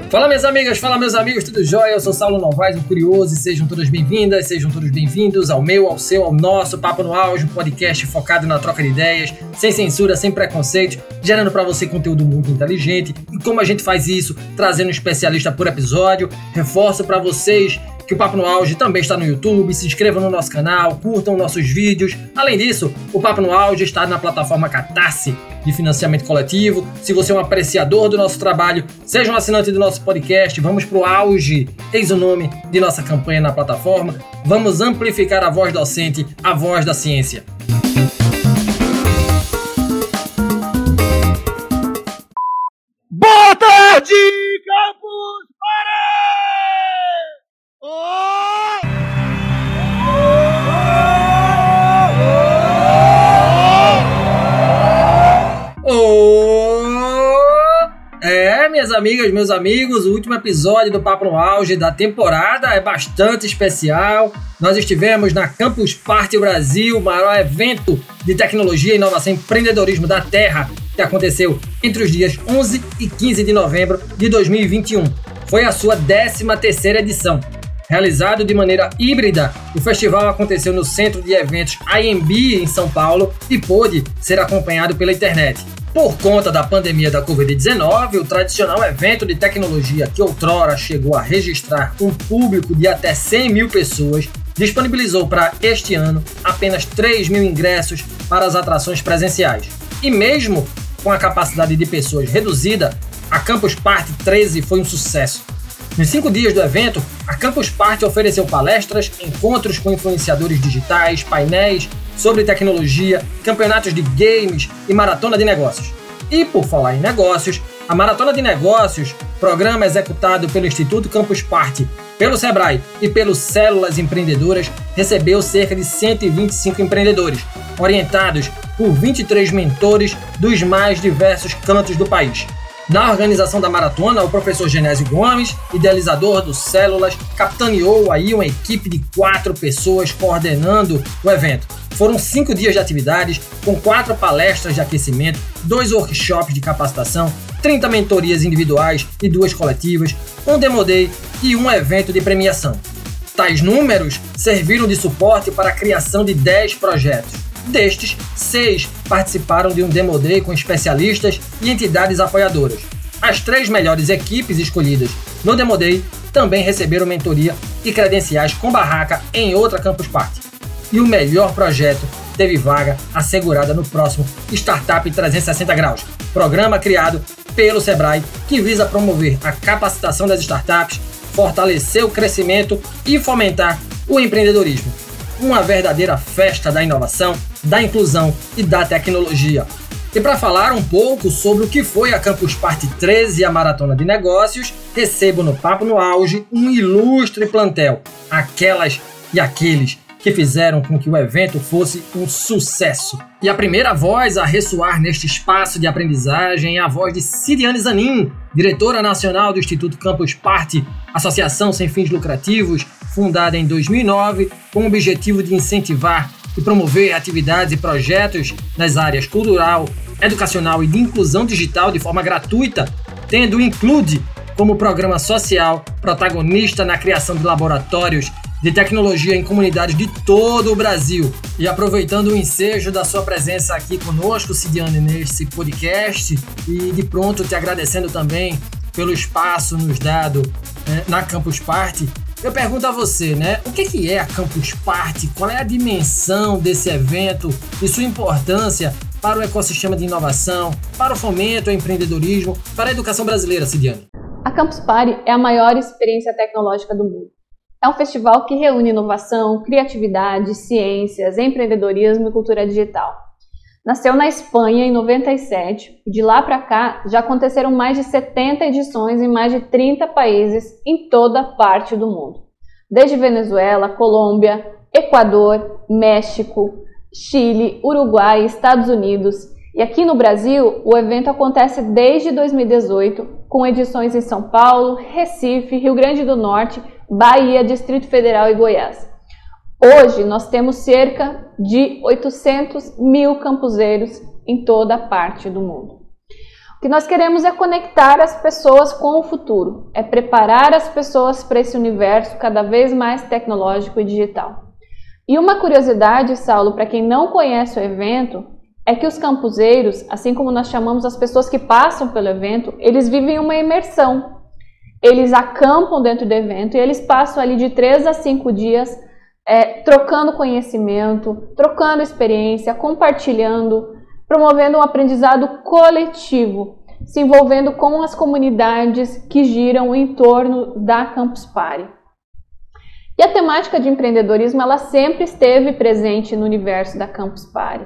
Fala minhas amigas, fala meus amigos, tudo jóia? Eu sou Saulo Novaes, o Curioso, e sejam todas bem-vindas, sejam todos bem-vindos ao meu, ao seu, ao nosso Papo no Auge, um podcast focado na troca de ideias, sem censura, sem preconceito, gerando para você conteúdo muito inteligente. E como a gente faz isso? Trazendo um especialista por episódio. Reforço para vocês que o Papo no Auge também está no YouTube, se inscrevam no nosso canal, curtam nossos vídeos. Além disso, o Papo no Auge está na plataforma Catarse, de financiamento coletivo. Se você é um apreciador do nosso trabalho, seja um assinante do nosso podcast, vamos pro auge, eis o nome de nossa campanha na plataforma. Vamos amplificar a voz docente, a voz da ciência. Boa tarde, Campus Party! Minhas amigas, meus amigos, o último episódio do Papo no Auge da temporada é bastante especial. Nós estivemos na Campus Party Brasil, o maior evento de tecnologia, inovação e empreendedorismo da Terra, que aconteceu entre os dias 11 e 15 de novembro de 2021. Foi a sua 13ª edição. Realizado de maneira híbrida, o festival aconteceu no Centro de Eventos IMB em São Paulo e pôde ser acompanhado pela internet. Por conta da pandemia da Covid-19, o tradicional evento de tecnologia que outrora chegou a registrar um público de até 100 mil pessoas, disponibilizou para este ano apenas 3 mil ingressos para as atrações presenciais. E mesmo com a capacidade de pessoas reduzida, a Campus Party 13 foi um sucesso. Nos 5 dias do evento, a Campus Party ofereceu palestras, encontros com influenciadores digitais, painéis sobre tecnologia, campeonatos de games e maratona de negócios. E por falar em negócios, a Maratona de Negócios, programa executado pelo Instituto Campus Party, pelo Sebrae e pelo Células Empreendedoras, recebeu cerca de 125 empreendedores, orientados por 23 mentores dos mais diversos cantos do país. Na organização da maratona, o professor Genésio Gomes, idealizador do Células, capitaneou aí uma equipe de 4 pessoas coordenando o evento. Foram 5 dias de atividades, com 4 palestras de aquecimento, 2 workshops de capacitação, 30 mentorias individuais e 2 coletivas, um Demo Day e um evento de premiação. Tais números serviram de suporte para a criação de 10 projetos. Destes, 6 participaram de um Demo Day com especialistas e entidades apoiadoras. As 3 melhores equipes escolhidas no Demo Day também receberam mentoria e credenciais com barraca em outra Campus Party. E o melhor projeto teve vaga assegurada no próximo Startup 360 Graus, programa criado pelo Sebrae que visa promover a capacitação das startups, fortalecer o crescimento e fomentar o empreendedorismo. Uma verdadeira festa da inovação, da inclusão e da tecnologia. E para falar um pouco sobre o que foi a Campus Party 13 e a Maratona de Negócios, recebo no Papo no Auge um ilustre plantel, aquelas e aqueles que fizeram com que o evento fosse um sucesso. E a primeira voz a ressoar neste espaço de aprendizagem é a voz de Cidiane Zanin, diretora nacional do Instituto Campus Party, associação sem fins lucrativos, fundada em 2009, com o objetivo de incentivar e promover atividades e projetos nas áreas cultural, educacional e de inclusão digital de forma gratuita, tendo o Include como programa social protagonista na criação de laboratórios de tecnologia em comunidades de todo o Brasil. E aproveitando o ensejo da sua presença aqui conosco, Cidiane, nesse podcast, e de pronto te agradecendo também pelo espaço nos dado na Campus Party, eu pergunto a você, o que é a Campus Party? Qual é a dimensão desse evento e sua importância para o ecossistema de inovação, para o fomento ao empreendedorismo, para a educação brasileira, Cidiane? A Campus Party é a maior experiência tecnológica do mundo. É um festival que reúne inovação, criatividade, ciências, empreendedorismo e cultura digital. Nasceu na Espanha em 97 e de lá para cá já aconteceram mais de 70 edições em mais de 30 países em toda parte do mundo. Desde Venezuela, Colômbia, Equador, México, Chile, Uruguai, Estados Unidos. E aqui no Brasil, o evento acontece desde 2018, com edições em São Paulo, Recife, Rio Grande do Norte, Bahia, Distrito Federal e Goiás. Hoje nós temos cerca de 800 mil campuseiros em toda parte do mundo. O que nós queremos é conectar as pessoas com o futuro, é preparar as pessoas para esse universo cada vez mais tecnológico e digital. E uma curiosidade, Saulo, para quem não conhece o evento, é que os campuseiros, assim como nós chamamos as pessoas que passam pelo evento, eles vivem uma imersão. Eles acampam dentro do evento e eles passam ali de 3 a 5 dias trocando conhecimento, trocando experiência, compartilhando, promovendo um aprendizado coletivo, se envolvendo com as comunidades que giram em torno da Campus Party. E a temática de empreendedorismo, ela sempre esteve presente no universo da Campus Party.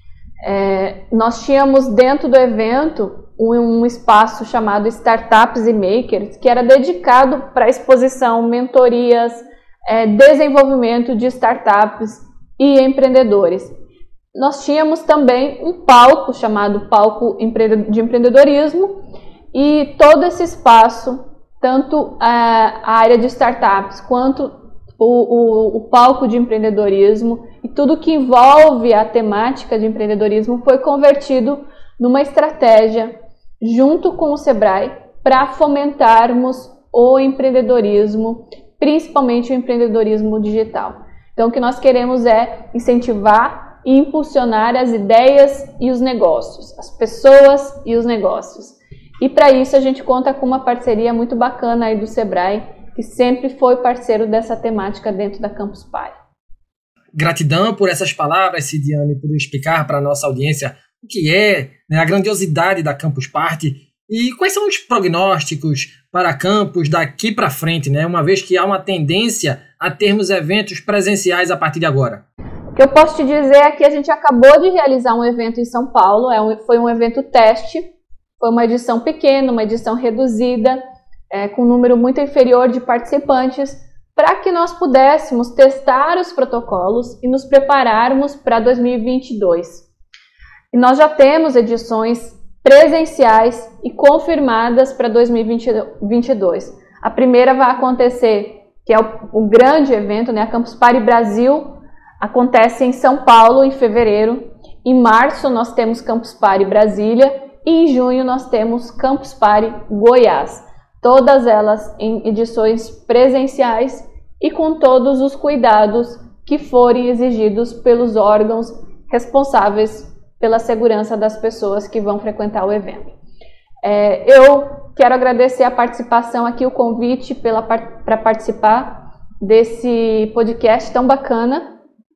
Nós tínhamos dentro do evento um espaço chamado Startups e Makers, que era dedicado para exposição, mentorias, desenvolvimento de startups e empreendedores. Nós tínhamos também um palco chamado Palco de Empreendedorismo e todo esse espaço, tanto a área de startups quanto o palco de empreendedorismo e tudo que envolve a temática de empreendedorismo foi convertido numa estratégia junto com o Sebrae para fomentarmos o empreendedorismo, principalmente o empreendedorismo digital. Então o que nós queremos é incentivar e impulsionar as ideias e os negócios, as pessoas e os negócios. E para isso a gente conta com uma parceria muito bacana aí do Sebrae, que sempre foi parceiro dessa temática dentro da Campus Party. Gratidão por essas palavras, Cidiane, por explicar para a nossa audiência o que é, né, a grandiosidade da Campus Party e quais são os prognósticos para a campus daqui para frente, né, uma vez que há uma tendência a termos eventos presenciais a partir de agora. O que eu posso te dizer é que a gente acabou de realizar um evento em São Paulo, foi um evento teste, foi uma edição pequena, uma edição reduzida, com um número muito inferior de participantes, para que nós pudéssemos testar os protocolos e nos prepararmos para 2022. E nós já temos edições presenciais e confirmadas para 2022. A primeira vai acontecer, que é o grande evento, né, a Campus Party Brasil, acontece em São Paulo em fevereiro. Em março nós temos Campus Party Brasília e em junho nós temos Campus Party Goiás. Todas elas em edições presenciais e com todos os cuidados que forem exigidos pelos órgãos responsáveis pela segurança das pessoas que vão frequentar o evento. Eu quero agradecer a participação aqui, o convite para participar desse podcast tão bacana.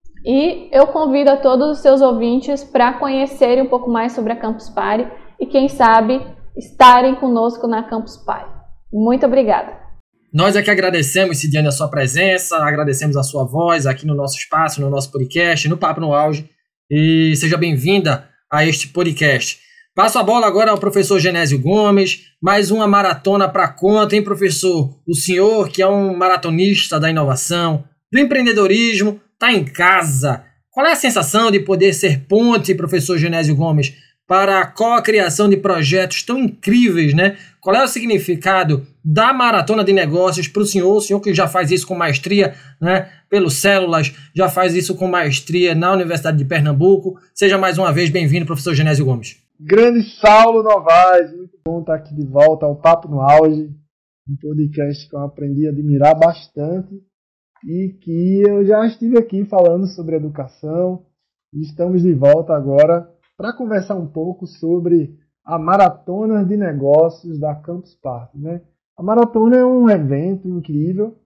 E eu convido a todos os seus ouvintes para conhecerem um pouco mais sobre a Campus Party e, quem sabe, estarem conosco na Campus Party. Muito obrigada. Nós é que agradecemos, Cidiane, a sua presença, agradecemos a sua voz aqui no nosso espaço, no nosso podcast, no Papo no Auge. E seja bem-vinda a este podcast. Passo a bola agora ao professor Genésio Gomes. Mais uma maratona para conta, hein, professor? O senhor, que é um maratonista da inovação, do empreendedorismo, está em casa. Qual é a sensação de poder ser ponte, professor Genésio Gomes, para a co-criação de projetos tão incríveis, né? Qual é o significado da maratona de negócios para o senhor que já faz isso com maestria, né, pelo Células, já faz isso com maestria na Universidade de Pernambuco. Seja mais uma vez bem-vindo, professor Genésio Gomes. Grande Saulo Novaes, muito bom estar aqui de volta ao Papo no Auge, um podcast que eu aprendi a admirar bastante e que eu já estive aqui falando sobre educação e estamos de volta agora para conversar um pouco sobre a Maratona de Negócios da Campus Party, né? A maratona é um evento incrível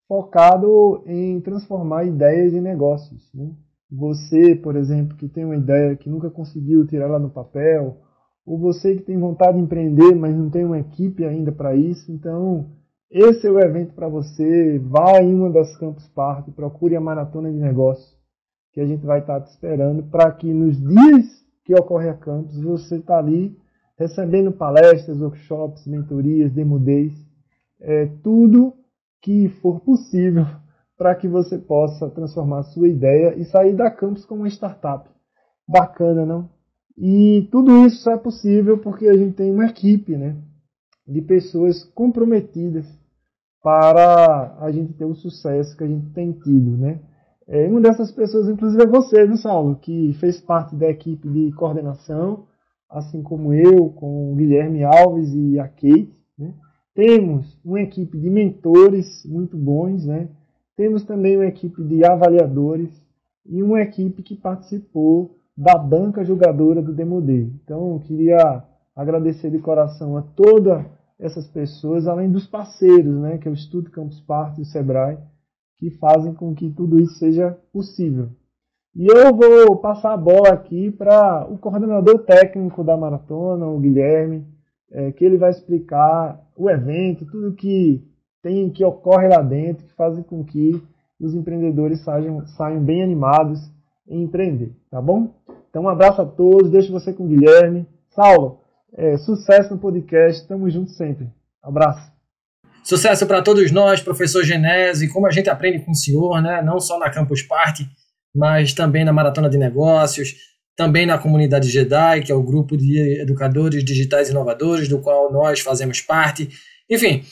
focado em transformar ideias em negócios, né? Você, por exemplo, que tem uma ideia que nunca conseguiu tirar ela no papel, ou você que tem vontade de empreender, mas não tem uma equipe ainda para isso, então esse é o evento para você. Vá em uma das Campus Party, procure a Maratona de Negócios, que a gente vai estar te esperando para que nos dias que ocorre a campus, você está ali recebendo palestras, workshops, mentorias, demo days, tudo que for possível para que você possa transformar a sua ideia e sair da campus como uma startup. Bacana, não? E tudo isso só é possível porque a gente tem uma equipe, né, de pessoas comprometidas para a gente ter o sucesso que a gente tem tido, né? Uma dessas pessoas, inclusive, é você, viu, Saulo, que fez parte da equipe de coordenação assim como eu, com o Guilherme Alves e a Kate, né? Temos uma equipe de mentores muito bons, né? Temos também uma equipe de avaliadores e uma equipe que participou da banca jogadora do Demodê. Então, eu queria agradecer de coração a todas essas pessoas, além dos parceiros, né, que é o Instituto Campus Party e o Sebrae, que fazem com que tudo isso seja possível. E eu vou passar a bola aqui para o coordenador técnico da maratona, o Guilherme, que ele vai explicar o evento, tudo que ocorre lá dentro, que fazem com que os empreendedores saiam bem animados em empreender, tá bom? Então um abraço a todos, deixo você com o Guilherme. Saulo, sucesso no podcast, tamo junto sempre. Abraço. Sucesso para todos nós, professor Genésio, e como a gente aprende com o senhor, né? Não só na Campus Party, mas também na Maratona de Negócios, também na Comunidade Jedi, que é o grupo de educadores digitais inovadores, do qual nós fazemos parte. Enfim,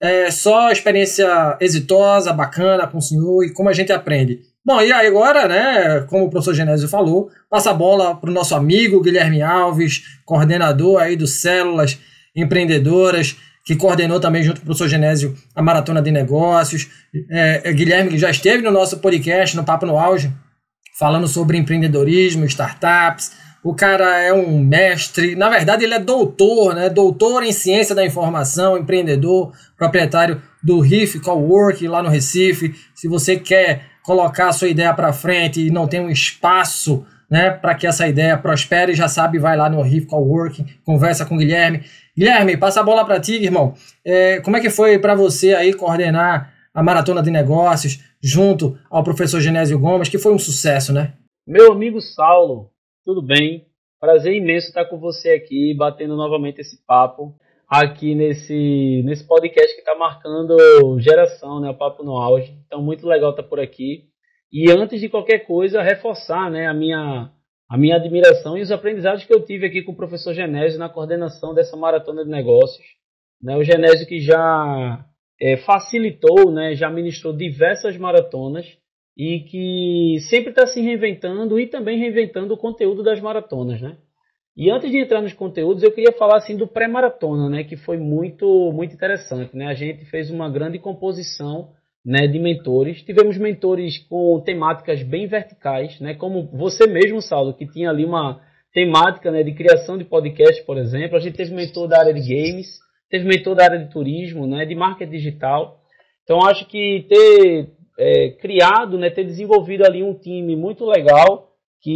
só experiência exitosa, bacana com o senhor e como a gente aprende. Bom, e aí agora, né, como o professor Genésio falou, passa a bola para o nosso amigo Guilherme Alves, coordenador aí do Células Empreendedoras, que coordenou também junto com o professor Genésio a Maratona de Negócios. Guilherme, que já esteve no nosso podcast, no Papo no Auge, falando sobre empreendedorismo, startups. O cara é um mestre, na verdade ele é doutor, né? Doutor em ciência da informação, empreendedor, proprietário do Riff Cowork lá no Recife. Se você quer colocar a sua ideia para frente e não tem um espaço, né, para que essa ideia prospere, já sabe, vai lá no Riff Cowork, conversa com o Guilherme. Guilherme, passa a bola para ti, irmão. Como é que foi para você aí coordenar a Maratona de Negócios junto ao professor Genésio Gomes, que foi um sucesso, né? Meu amigo Saulo, tudo bem? Prazer imenso estar com você aqui, batendo novamente esse papo aqui nesse podcast que está marcando geração, né? O Papo no Auge. Então, muito legal estar por aqui. E antes de qualquer coisa, reforçar, né, a minha admiração e os aprendizados que eu tive aqui com o professor Genésio na coordenação dessa Maratona de Negócios. Né? O Genésio que já facilitou, né, já ministrou diversas maratonas e que sempre está se reinventando e também reinventando o conteúdo das maratonas, né? E antes de entrar nos conteúdos, eu queria falar assim do pré-maratona, né, que foi muito, muito interessante, né? A gente fez uma grande composição, né, de mentores. Tivemos mentores com temáticas bem verticais, né, como você mesmo, Saulo, que tinha ali uma temática, né, de criação de podcast, por exemplo. A gente teve mentor da área de games, teve mentor da área de turismo, né, de marketing digital. Então, acho que ter criado, né, ter desenvolvido ali um time muito legal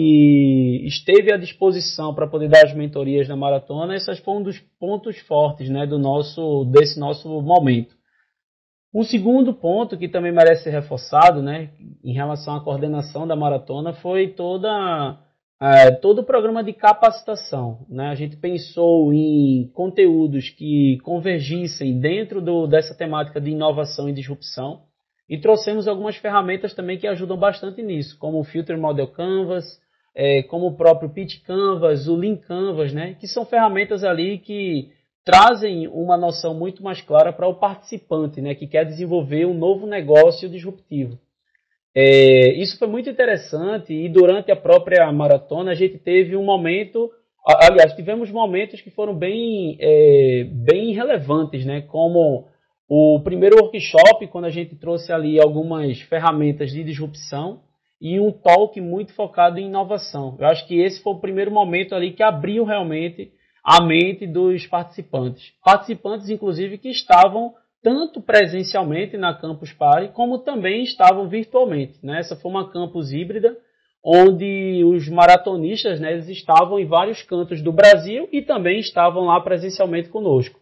que esteve à disposição para poder dar as mentorias na maratona, esse foi um dos pontos fortes, né, desse nosso momento. Um segundo ponto que também merece ser reforçado, né, em relação à coordenação da maratona foi todo o programa de capacitação, né? A gente pensou em conteúdos que convergissem dentro dessa temática de inovação e disrupção e trouxemos algumas ferramentas também que ajudam bastante nisso, como o Filter Model Canvas, como o próprio Pitch Canvas, o Lean Canvas, né, que são ferramentas ali que trazem uma noção muito mais clara para o participante, né, que quer desenvolver um novo negócio disruptivo. Isso foi muito interessante e durante a própria maratona a gente teve um momento, aliás, tivemos momentos que foram bem relevantes, né, como o primeiro workshop, quando a gente trouxe ali algumas ferramentas de disrupção e um talk muito focado em inovação. Eu acho que esse foi o primeiro momento ali que abriu realmente a mente dos participantes. Participantes, inclusive, que estavam tanto presencialmente na Campus Party, como também estavam virtualmente, né? Essa foi uma campus híbrida, onde os maratonistas, né, eles estavam em vários cantos do Brasil e também estavam lá presencialmente conosco.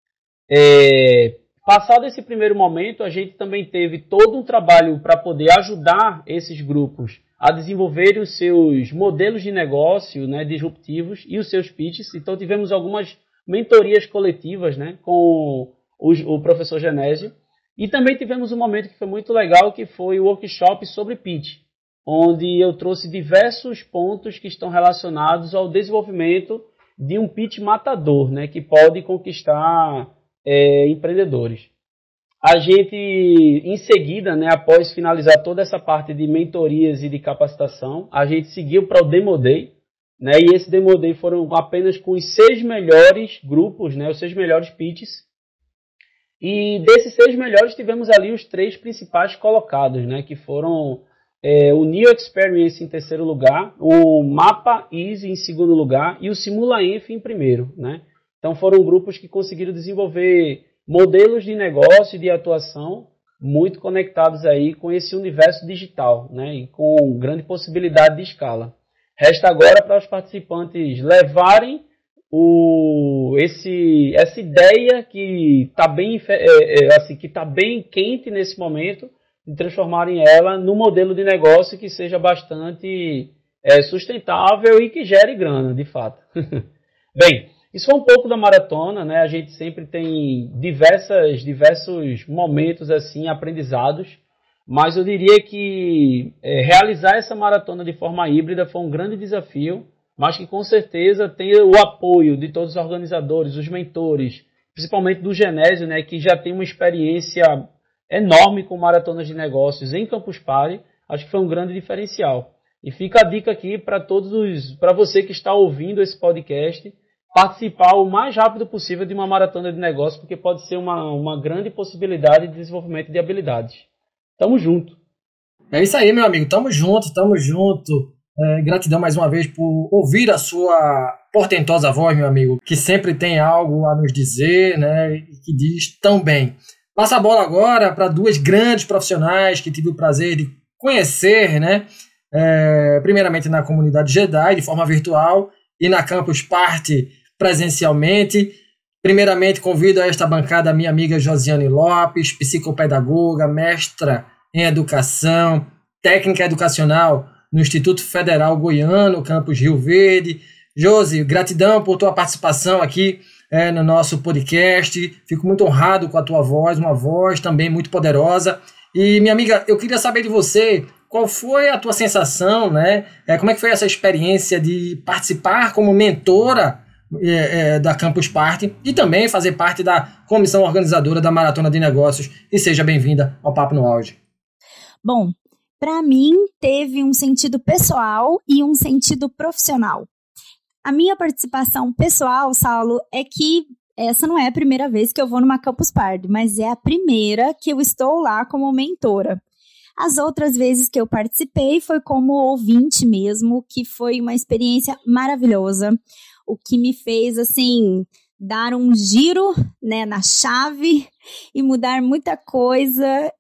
Passado esse primeiro momento, a gente também teve todo um trabalho para poder ajudar esses grupos a desenvolverem os seus modelos de negócio, né, disruptivos e os seus pitches. Então tivemos algumas mentorias coletivas, né, com o professor Genésio. E também tivemos um momento que foi muito legal, que foi o workshop sobre pitch, onde eu trouxe diversos pontos que estão relacionados ao desenvolvimento de um pitch matador, né, que pode conquistar empreendedores. A gente, em seguida, né, após finalizar toda essa parte de mentorias e de capacitação, a gente seguiu para o Demo Day, né? E esse Demo Day foram apenas com os 6 melhores grupos, né? Os 6 melhores pitches. E desses 6 melhores tivemos ali os 3 principais colocados, né? Que foram o Neo Experience em terceiro lugar, o Mapa Easy em segundo lugar e o Simula Enf em primeiro, né? Então foram grupos que conseguiram desenvolver modelos de negócio e de atuação muito conectados aí com esse universo digital, né? E com grande possibilidade de escala. Resta agora para os participantes levarem essa ideia que está bem, bem quente nesse momento, de transformarem ela num modelo de negócio que seja bastante sustentável e que gere grana, de fato. Bem, isso foi um pouco da maratona, né? A gente sempre tem diversos momentos assim, aprendizados, mas eu diria que realizar essa maratona de forma híbrida foi um grande desafio, mas que com certeza tem o apoio de todos os organizadores, os mentores, principalmente do Genésio, né, que já tem uma experiência enorme com maratonas de negócios em Campus Party. Acho que foi um grande diferencial. E fica a dica aqui para você que está ouvindo esse podcast, participar o mais rápido possível de uma maratona de negócios, porque pode ser uma grande possibilidade de desenvolvimento de habilidades. Tamo junto. É isso aí, meu amigo. Tamo junto, tamo junto. Gratidão mais uma vez por ouvir a sua portentosa voz, meu amigo, que sempre tem algo a nos dizer, né, e que diz tão bem. Passa a bola agora para 2 grandes profissionais que tive o prazer de conhecer, né, primeiramente na comunidade Jedi, de forma virtual, e na Campus Party presencialmente. Primeiramente, convido a esta bancada a minha amiga Josiane Lopes, psicopedagoga, mestra em educação, técnica educacional no Instituto Federal Goiano, campus Rio Verde. Josi, gratidão por tua participação aqui no nosso podcast. Fico muito honrado com a tua voz, uma voz também muito poderosa. E, minha amiga, eu queria saber de você, qual foi a tua sensação, né? Como é que foi essa experiência de participar como mentora da Campus Party e também fazer parte da comissão organizadora da Maratona de Negócios? E seja bem-vinda ao Papo no Auge. Bom, para mim teve um sentido pessoal e um sentido profissional. A minha participação pessoal, Saulo, é que essa não é a primeira vez que eu vou numa Campus Party, mas é a primeira que eu estou lá como mentora. As outras vezes que eu participei foi como ouvinte mesmo, que foi uma experiência maravilhosa, o que me fez, assim, dar um giro, né, na chave e mudar muita coisa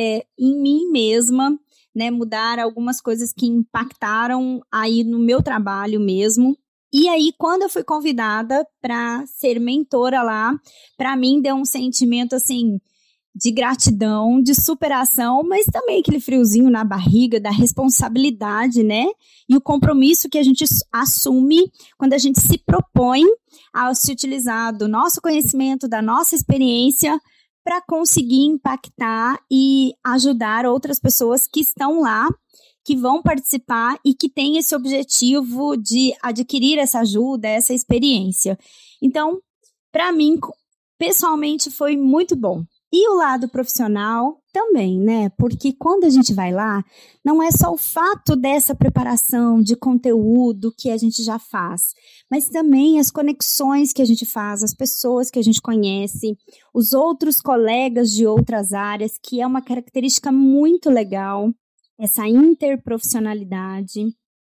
em mim mesma, né, mudar algumas coisas que impactaram aí no meu trabalho mesmo. E aí, quando eu fui convidada para ser mentora lá, para mim deu um sentimento, assim, de gratidão, de superação, mas também aquele friozinho na barriga da responsabilidade, né? E o compromisso que a gente assume quando a gente se propõe a se utilizar do nosso conhecimento, da nossa experiência, para conseguir impactar e ajudar outras pessoas que estão lá, que vão participar e que têm esse objetivo de adquirir essa ajuda, essa experiência. Então, para mim, pessoalmente, foi muito bom. E o lado profissional também, né? Porque quando a gente vai lá, não é só o fato dessa preparação de conteúdo que a gente já faz, mas também as conexões que a gente faz, as pessoas que a gente conhece, os outros colegas de outras áreas, que é uma característica muito legal, essa interprofissionalidade,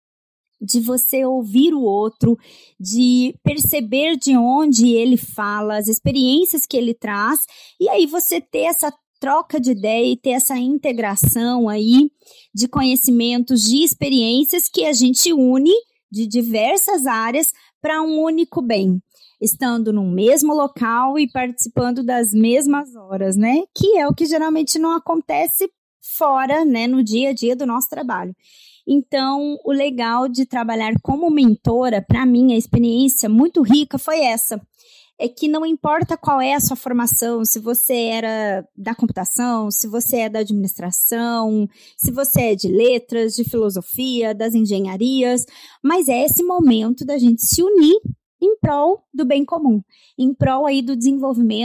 de você ouvir o outro, de perceber de onde ele fala, as experiências que ele traz, e aí você ter essa troca de ideia e ter essa integração aí de conhecimentos, de experiências que a gente une de diversas áreas para um único bem, estando no mesmo local e participando das mesmas horas, né? Que é o que geralmente não acontece fora, né, no dia a dia do nosso trabalho. Então, o legal de trabalhar como mentora, para mim, a experiência muito rica foi essa. É que não importa qual é a sua formação, se você era da computação, se você é da administração, se você é de letras, de filosofia, das engenharias, mas é esse momento da gente se unir em prol do bem comum, em prol aí do desenvolvimento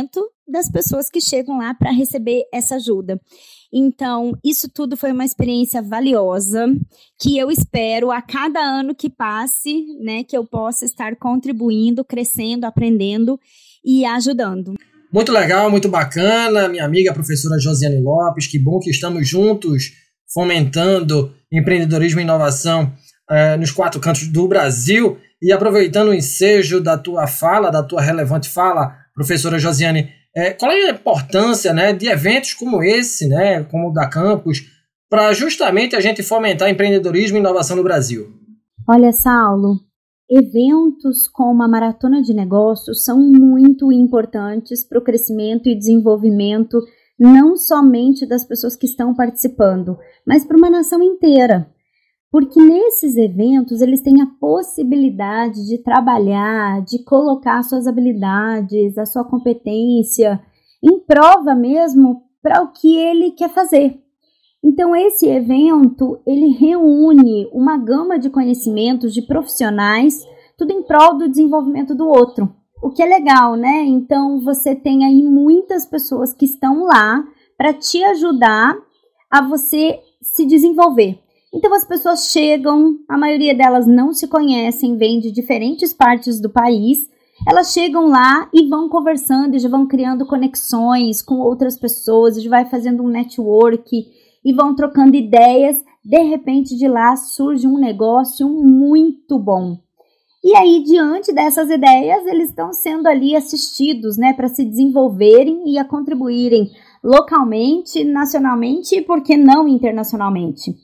das pessoas que chegam lá para receber essa ajuda. Então, isso tudo foi uma experiência valiosa, que eu espero a cada ano que passe, né, que eu possa estar contribuindo, crescendo, aprendendo e ajudando. Muito legal, muito bacana, minha amiga professora Josiane Lopes, que bom que estamos juntos fomentando empreendedorismo e inovação nos 4 cantos do Brasil. E aproveitando o ensejo da tua fala, da tua relevante fala, professora Josiane, qual é a importância, né, de eventos como esse, né, como o da Campus, para justamente a gente fomentar empreendedorismo e inovação no Brasil? Olha, Saulo, eventos como a Maratona de Negócios são muito importantes para o crescimento e desenvolvimento não somente das pessoas que estão participando, mas para uma nação inteira. Porque nesses eventos eles têm a possibilidade de trabalhar, de colocar suas habilidades, a sua competência em prova mesmo para o que ele quer fazer. Então esse evento, ele reúne uma gama de conhecimentos de profissionais, tudo em prol do desenvolvimento do outro. O que é legal, né? Então você tem aí muitas pessoas que estão lá para te ajudar a você se desenvolver. Então as pessoas chegam, a maioria delas não se conhecem, vêm de diferentes partes do país, elas chegam lá e vão conversando e já vão criando conexões com outras pessoas, já vai fazendo um network e vão trocando ideias, de repente de lá surge um negócio muito bom. E aí, diante dessas ideias, eles estão sendo ali assistidos, né, para se desenvolverem e a contribuírem localmente, nacionalmente e, por que não, internacionalmente.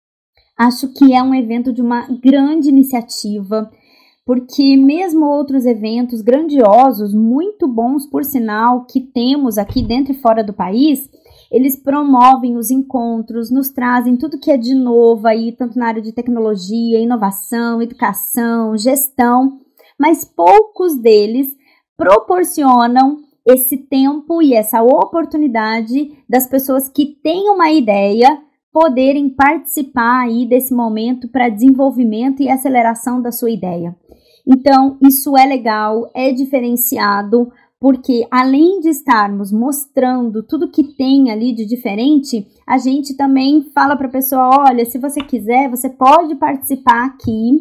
Acho que é um evento de uma grande iniciativa, porque mesmo outros eventos grandiosos, muito bons por sinal, que temos aqui dentro e fora do país, eles promovem os encontros, nos trazem tudo que é de novo aí, tanto na área de tecnologia, inovação, educação, gestão, mas poucos deles proporcionam esse tempo e essa oportunidade das pessoas que têm uma ideia poderem participar aí desse momento para desenvolvimento e aceleração da sua ideia. Então, isso é legal, é diferenciado, porque além de estarmos mostrando tudo que tem ali de diferente, a gente também fala para a pessoa, olha, se você quiser, você pode participar aqui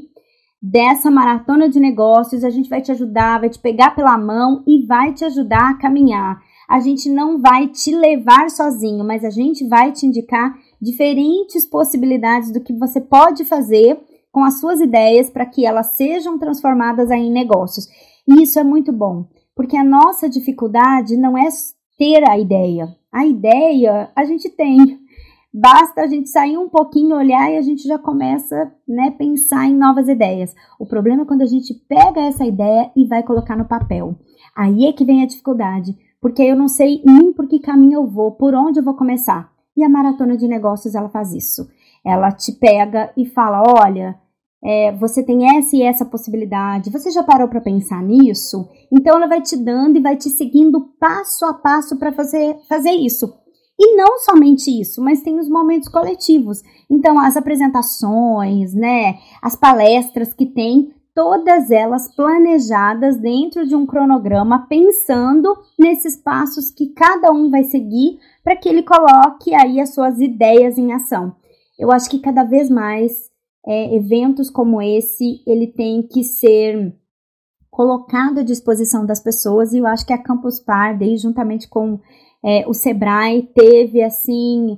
dessa maratona de negócios, a gente vai te ajudar, vai te pegar pela mão e vai te ajudar a caminhar. A gente não vai te levar sozinho, mas a gente vai te indicar diferentes possibilidades do que você pode fazer com as suas ideias para que elas sejam transformadas aí em negócios. E isso é muito bom, porque a nossa dificuldade não é ter a ideia. A ideia a gente tem. Basta a gente sair um pouquinho, olhar e a gente já começa, né, pensar em novas ideias. O problema é quando a gente pega essa ideia e vai colocar no papel. Aí é que vem a dificuldade, porque eu não sei nem por que caminho eu vou, por onde eu vou começar. E a Maratona de Negócios, ela faz isso. Ela te pega e fala, olha, você tem essa e essa possibilidade, você já parou para pensar nisso? Então ela vai te dando e vai te seguindo passo a passo para fazer isso. E não somente isso, mas tem os momentos coletivos. Então as apresentações, né, as palestras que tem, todas elas planejadas dentro de um cronograma, pensando nesses passos que cada um vai seguir para que ele coloque aí as suas ideias em ação. Eu acho que cada vez mais eventos como esse, ele tem que ser colocado à disposição das pessoas, e eu acho que a Campus Party, juntamente com o Sebrae, teve assim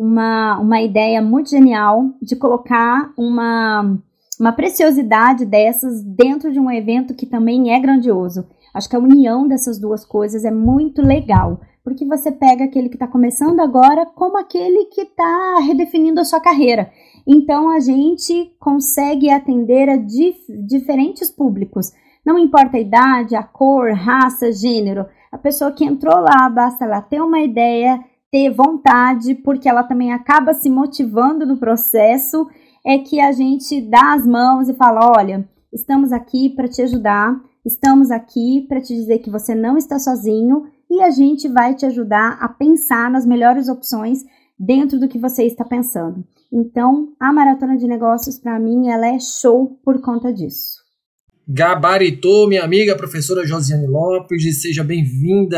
uma ideia muito genial de colocar uma preciosidade dessas dentro de um evento que também é grandioso. Acho que a união dessas duas coisas é muito legal, porque você pega aquele que está começando agora como aquele que está redefinindo a sua carreira. Então, a gente consegue atender a diferentes públicos. Não importa a idade, a cor, raça, gênero. A pessoa que entrou lá, basta ela ter uma ideia, ter vontade, porque ela também acaba se motivando no processo, é que a gente dá as mãos e fala, olha, estamos aqui para te ajudar, estamos aqui para te dizer que você não está sozinho e a gente vai te ajudar a pensar nas melhores opções dentro do que você está pensando. Então, a Maratona de Negócios, para mim, ela é show por conta disso. Gabaritou, minha amiga professora Josiane Lopes, e seja bem-vinda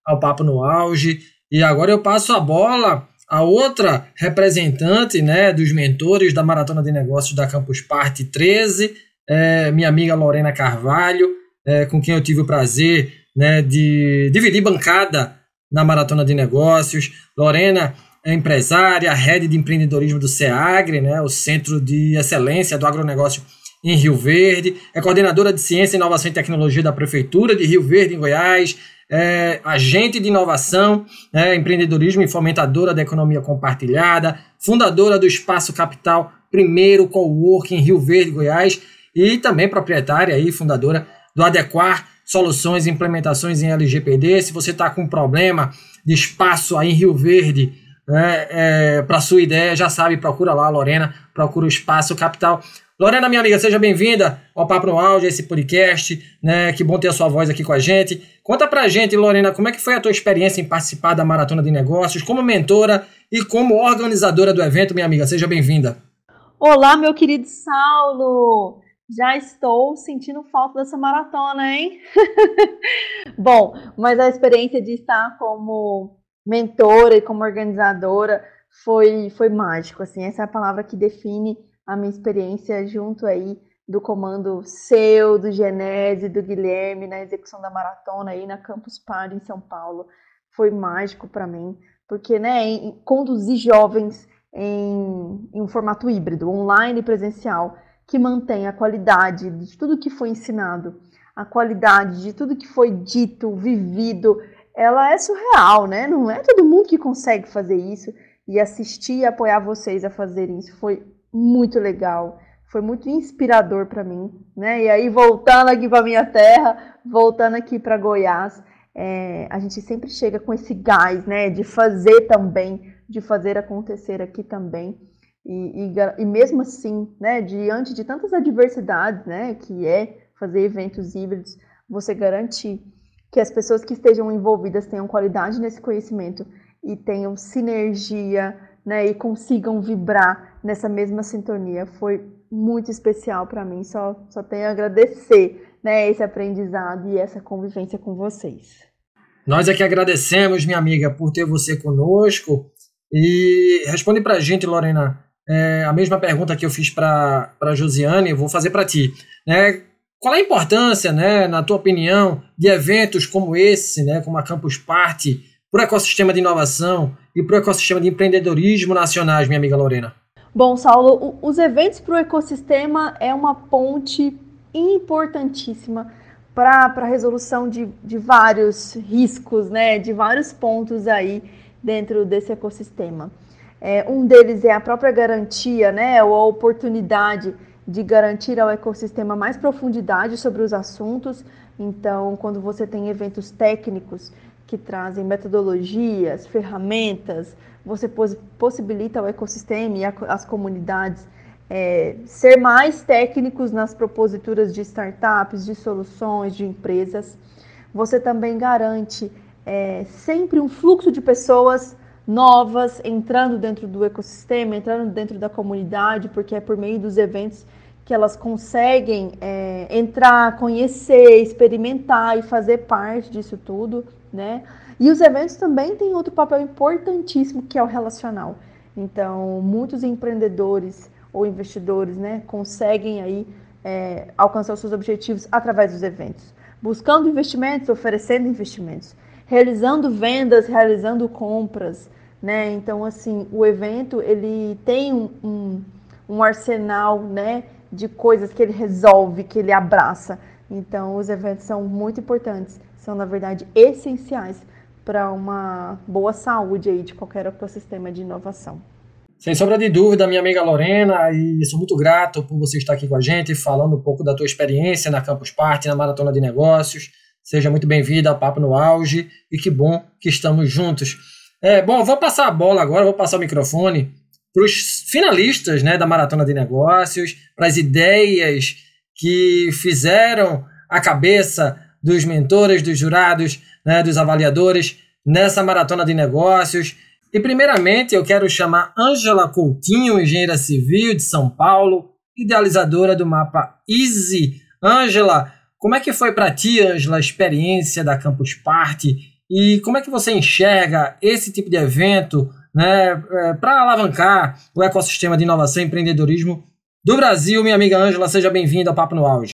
ao Papo no Auge. E agora eu passo a bola a outra representante, né, dos mentores da Maratona de Negócios da Campus Party 13, minha amiga Lorena Carvalho, com quem eu tive o prazer, né, de dividir bancada na Maratona de Negócios. Lorena é empresária, head de empreendedorismo do SEAGRE, né, o Centro de Excelência do Agronegócio em Rio Verde, é coordenadora de Ciência, Inovação e Tecnologia da Prefeitura de Rio Verde, em Goiás, agente de inovação, empreendedorismo e fomentadora da economia compartilhada, fundadora do Espaço Capital, primeiro coworking em Rio Verde, Goiás, e também proprietária e fundadora do Adequar Soluções e Implementações em LGPD. Se você está com um problema de espaço aí em Rio Verde, para sua ideia, já sabe, procura lá, Lorena, procura o Espaço Capital. Lorena, minha amiga, seja bem-vinda ao Papo no Auge, esse podcast, né? Que bom ter a sua voz aqui com a gente. Conta pra gente, Lorena, como é que foi a tua experiência em participar da Maratona de Negócios, como mentora e como organizadora do evento, minha amiga, seja bem-vinda. Olá, meu querido Saulo! Já estou sentindo falta dessa maratona, hein? Bom, mas a experiência de estar como mentora e como organizadora foi mágico, assim, essa é a palavra que define a minha experiência junto aí do comando seu, do Genese, do Guilherme, na execução da maratona aí na Campus Party em São Paulo. Foi mágico para mim, porque, né, conduzir jovens em um formato híbrido, online e presencial, que mantém a qualidade de tudo que foi ensinado, a qualidade de tudo que foi dito, vivido, ela é surreal, né? Não é todo mundo que consegue fazer isso, e assistir e apoiar vocês a fazerem isso foi muito legal, foi muito inspirador para mim, né? E aí, voltando aqui para minha terra, voltando aqui para Goiás, a gente sempre chega com esse gás, né? De fazer também, de fazer acontecer aqui também. E mesmo assim, né? Diante de tantas adversidades, né? Que é fazer eventos híbridos, você garantir que as pessoas que estejam envolvidas tenham qualidade nesse conhecimento e tenham sinergia, né, e consigam vibrar nessa mesma sintonia. Foi muito especial para mim, só tenho a agradecer, né, esse aprendizado e essa convivência com vocês. Nós é que agradecemos, minha amiga, por ter você conosco. E responde para a gente, Lorena, a mesma pergunta que eu fiz para a Josiane, eu vou fazer para ti, né? Qual a importância, né, na tua opinião, de eventos como esse, né, como a Campus Party, para o ecossistema de inovação e para o ecossistema de empreendedorismo nacionais, minha amiga Lorena? Bom, Saulo, os eventos para o ecossistema é uma ponte importantíssima para a resolução de vários riscos, né, de vários pontos aí dentro desse ecossistema. Um deles é a própria garantia, né, ou a oportunidade de garantir ao ecossistema mais profundidade sobre os assuntos. Então, quando você tem eventos técnicos que trazem metodologias, ferramentas, você possibilita ao ecossistema e as comunidades ser mais técnicos nas proposituras de startups, de soluções, de empresas. Você também garante sempre um fluxo de pessoas novas entrando dentro do ecossistema, entrando dentro da comunidade, porque é por meio dos eventos que elas conseguem entrar, conhecer, experimentar e fazer parte disso tudo, né? E os eventos também têm outro papel importantíssimo, que é o relacional. Então, muitos empreendedores ou investidores, né, conseguem aí alcançar os seus objetivos através dos eventos, buscando investimentos, oferecendo investimentos, realizando vendas, realizando compras, né? Então, assim, o evento, ele tem um arsenal, né, de coisas que ele resolve, que ele abraça. Então, os eventos são muito importantes, são, na verdade, essenciais para uma boa saúde aí de qualquer ecossistema de inovação. Sem sombra de dúvida, minha amiga Lorena, e sou muito grato por você estar aqui com a gente, falando um pouco da tua experiência na Campus Party, na Maratona de Negócios. Seja muito bem-vinda ao Papo no Auge e que bom que estamos juntos. Bom, vou passar a bola agora, vou passar o microfone para os finalistas, né, da Maratona de Negócios, para as ideias que fizeram a cabeça dos mentores, dos jurados, né, dos avaliadores nessa Maratona de Negócios. E primeiramente eu quero chamar Ângela Coutinho, engenheira civil de São Paulo, idealizadora do mapa Easy. Ângela, como é que foi para ti, Ângela, a experiência da Campus Party E como é que você enxerga esse tipo de evento, né, para alavancar o ecossistema de inovação e empreendedorismo do Brasil? Minha amiga Ângela, seja bem-vinda ao Papo no Auge.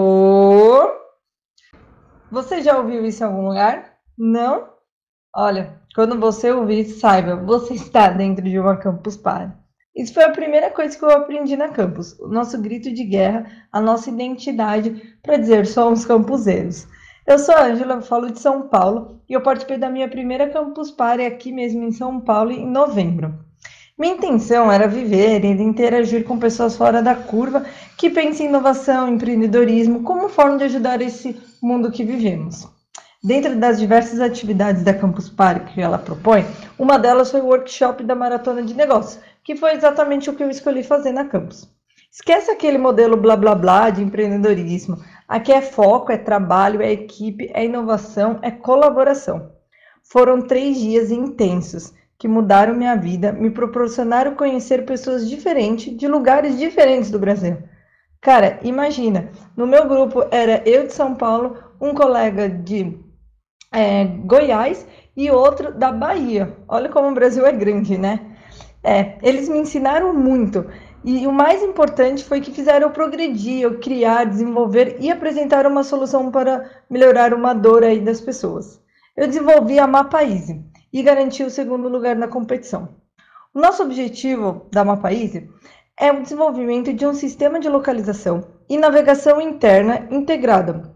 Você já ouviu isso em algum lugar? Não? Olha, quando você ouvir, saiba, você está dentro de uma Campus Party. Isso foi a primeira coisa que eu aprendi na Campus, o nosso grito de guerra, a nossa identidade para dizer somos campuseiros. Eu sou a Ângela, falo de São Paulo e eu participei da minha primeira Campus Party aqui mesmo em São Paulo em novembro. Minha intenção era viver e interagir com pessoas fora da curva que pensam em inovação, empreendedorismo, como forma de ajudar esse mundo que vivemos. Dentro das diversas atividades da Campus Party que ela propõe, uma delas foi o workshop da Maratona de Negócios, que foi exatamente o que eu escolhi fazer na Campus. Esquece aquele modelo blá blá blá de empreendedorismo. Aqui é foco, é trabalho, é equipe, é inovação, é colaboração. Foram 3 dias intensos que mudaram minha vida, me proporcionaram conhecer pessoas diferentes, de lugares diferentes do Brasil. Cara, imagina, no meu grupo era eu de São Paulo, um colega de Goiás e outro da Bahia. Olha como o Brasil é grande, né? Eles me ensinaram muito. E o mais importante foi que fizeram eu progredir, eu criar, desenvolver e apresentar uma solução para melhorar uma dor aí das pessoas. Eu desenvolvi a Mapaeasy e garanti o 2º lugar na competição. O nosso objetivo da Mapaeasy é o desenvolvimento de um sistema de localização e navegação interna integrada.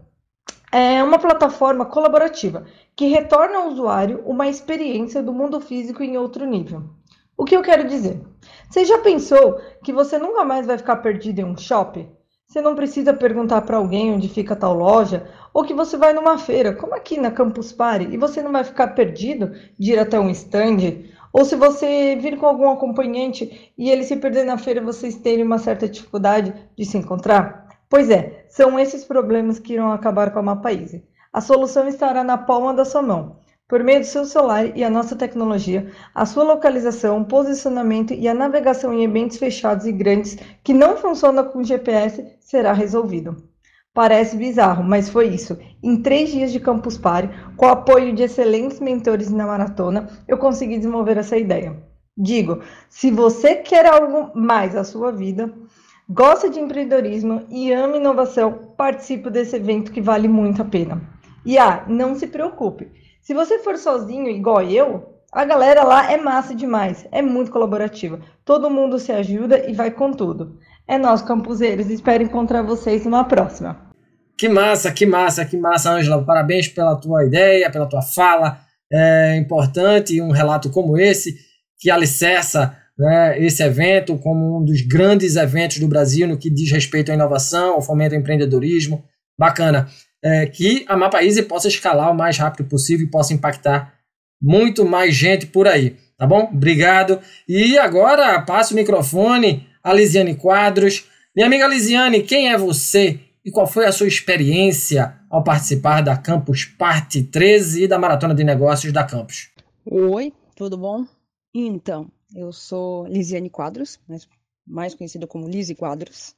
É uma plataforma colaborativa que retorna ao usuário uma experiência do mundo físico em outro nível. O que eu quero dizer? Você já pensou que você nunca mais vai ficar perdido em um shopping? Você não precisa perguntar para alguém onde fica tal loja, ou que você vai numa feira, como aqui na Campus Party, e você não vai ficar perdido de ir até um stand, ou se você vir com algum acompanhante e ele se perder na feira, vocês terem uma certa dificuldade de se encontrar? Pois é, são esses problemas que irão acabar com a Mapaeasy. A solução estará na palma da sua mão. Por meio do seu celular e a nossa tecnologia, a sua localização, posicionamento e a navegação em ambientes fechados e grandes que não funcionam com GPS será resolvido. Parece bizarro, mas foi isso. Em 3 dias de Campus Party, com o apoio de excelentes mentores na maratona, eu consegui desenvolver essa ideia. Digo, se você quer algo mais à sua vida, gosta de empreendedorismo e ama inovação, participe desse evento que vale muito a pena. E não se preocupe. Se você for sozinho, igual eu, a galera lá é massa demais, é muito colaborativa. Todo mundo se ajuda e vai com tudo. É nós, campuseiros, espero encontrar vocês numa próxima. Que massa, Ângela. Parabéns pela tua ideia, pela tua fala. É importante um relato como esse, que alicerça, né, esse evento como um dos grandes eventos do Brasil no que diz respeito à inovação, ao fomento ao empreendedorismo. Bacana. Que a Mapaeasy possa escalar o mais rápido possível e possa impactar muito mais gente por aí, tá bom? Obrigado. E agora passo o microfone a Lisiane Quadros. Minha amiga Lisiane, quem é você e qual foi a sua experiência ao participar da Campus Party 13 e da Maratona de Negócios da Campus? Oi, tudo bom? Então, eu sou Lisiane Quadros, mais conhecida como Lisi Quadros.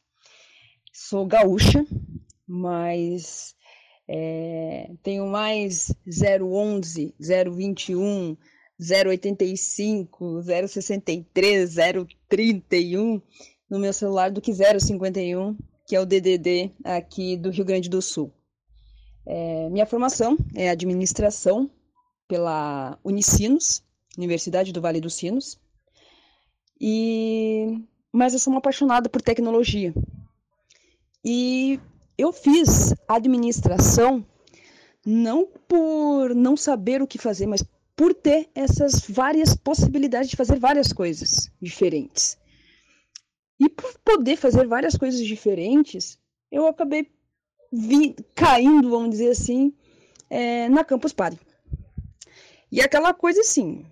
Sou gaúcha, mas tenho mais 011, 021, 085, 063, 031 no meu celular do que 051, que é o DDD aqui do Rio Grande do Sul. Minha formação é administração pela Unicinos, Universidade do Vale dos Sinos, mas eu sou uma apaixonada por tecnologia. E eu fiz administração não por não saber o que fazer, mas por ter essas várias possibilidades de fazer várias coisas diferentes. E por poder fazer várias coisas diferentes, eu acabei caindo, vamos dizer assim, na Campus Party. E aquela coisa assim,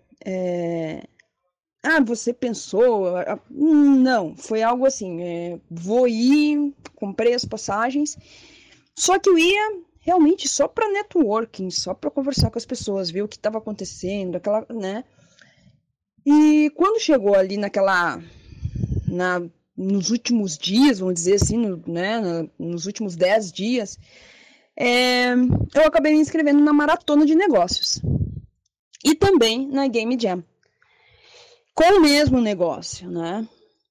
você pensou? Não, foi algo assim, vou ir, comprei as passagens, só que eu ia realmente só para networking, só para conversar com as pessoas, ver o que estava acontecendo, né? E quando chegou ali nos últimos dias, vamos dizer assim, nos últimos 10 dias, eu acabei me inscrevendo na Maratona de Negócios. e também na Game Jam. Com o mesmo negócio, né?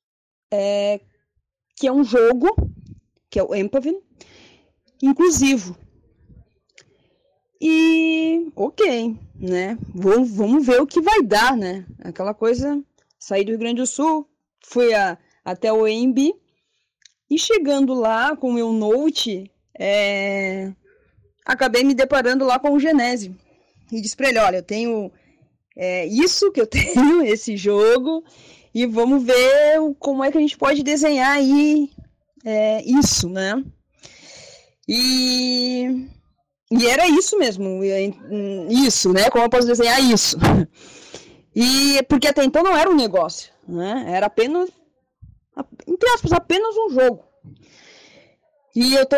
Que é um jogo, que é o Empavin, inclusivo. E, ok, né? Vamos ver o que vai dar, né? Aquela coisa, saí do Rio Grande do Sul, fui até o EMB, e chegando lá com o meu Note, acabei me deparando lá com o Genese. E disse pra ele, olha, eu tenho isso que eu tenho, esse jogo, e vamos ver como é que a gente pode desenhar aí isso, né? E era isso mesmo, isso, né? Como eu posso desenhar isso? E porque até então não era um negócio, né? Era apenas, entre aspas, apenas um jogo. E eu tô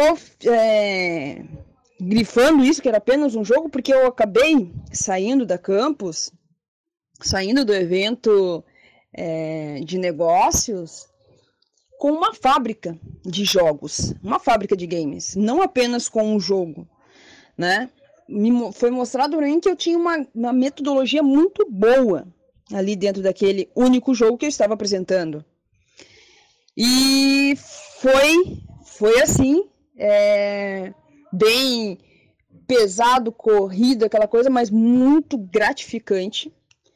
grifando isso, que era apenas um jogo, porque eu acabei saindo da campus, saindo do evento de negócios, com uma fábrica de jogos, uma fábrica de games, não apenas com um jogo, né? Foi mostrado para mim que eu tinha uma metodologia muito boa ali dentro daquele único jogo que eu estava apresentando. E foi assim, bem pesado, corrido, aquela coisa, mas muito gratificante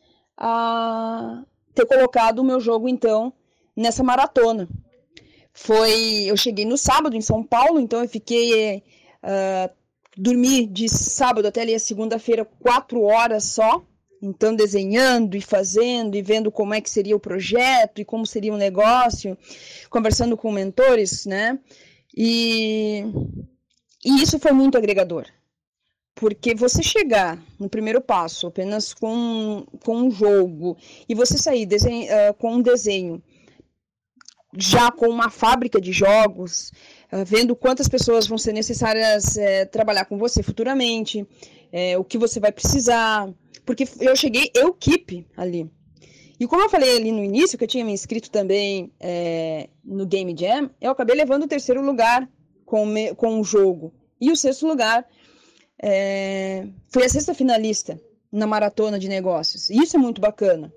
ter colocado o meu jogo, então, nessa maratona. Eu cheguei no sábado em São Paulo, então eu fiquei, dormi de sábado até ali a segunda-feira 4 horas só, então desenhando e fazendo e vendo como é que seria o projeto e como seria o negócio, conversando com mentores, né, e isso foi muito agregador, porque você chegar no primeiro passo apenas com um jogo e você sair com um desenho já com uma fábrica de jogos, vendo quantas pessoas vão ser necessárias trabalhar com você futuramente, o que você vai precisar, porque eu cheguei equipe ali. E como eu falei ali no início, que eu tinha me inscrito também no Game Jam, eu acabei levando o 3º lugar com o jogo. E o 6º lugar foi a 6ª finalista na maratona de negócios. E isso é muito bacana.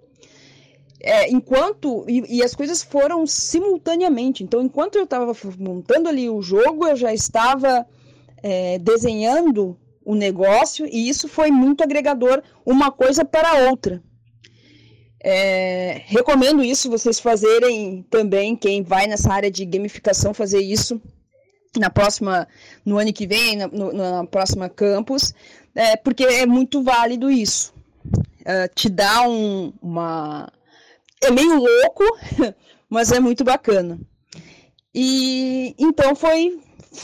E as coisas foram simultaneamente. Então, enquanto eu estava montando ali o jogo, eu já estava desenhando o negócio, e isso foi muito agregador, uma coisa para a outra. Recomendo isso, vocês fazerem também, quem vai nessa área de gamificação, fazer isso no ano que vem, na próxima campus, porque é muito válido isso. Te dá é meio louco, mas é muito bacana. E então foi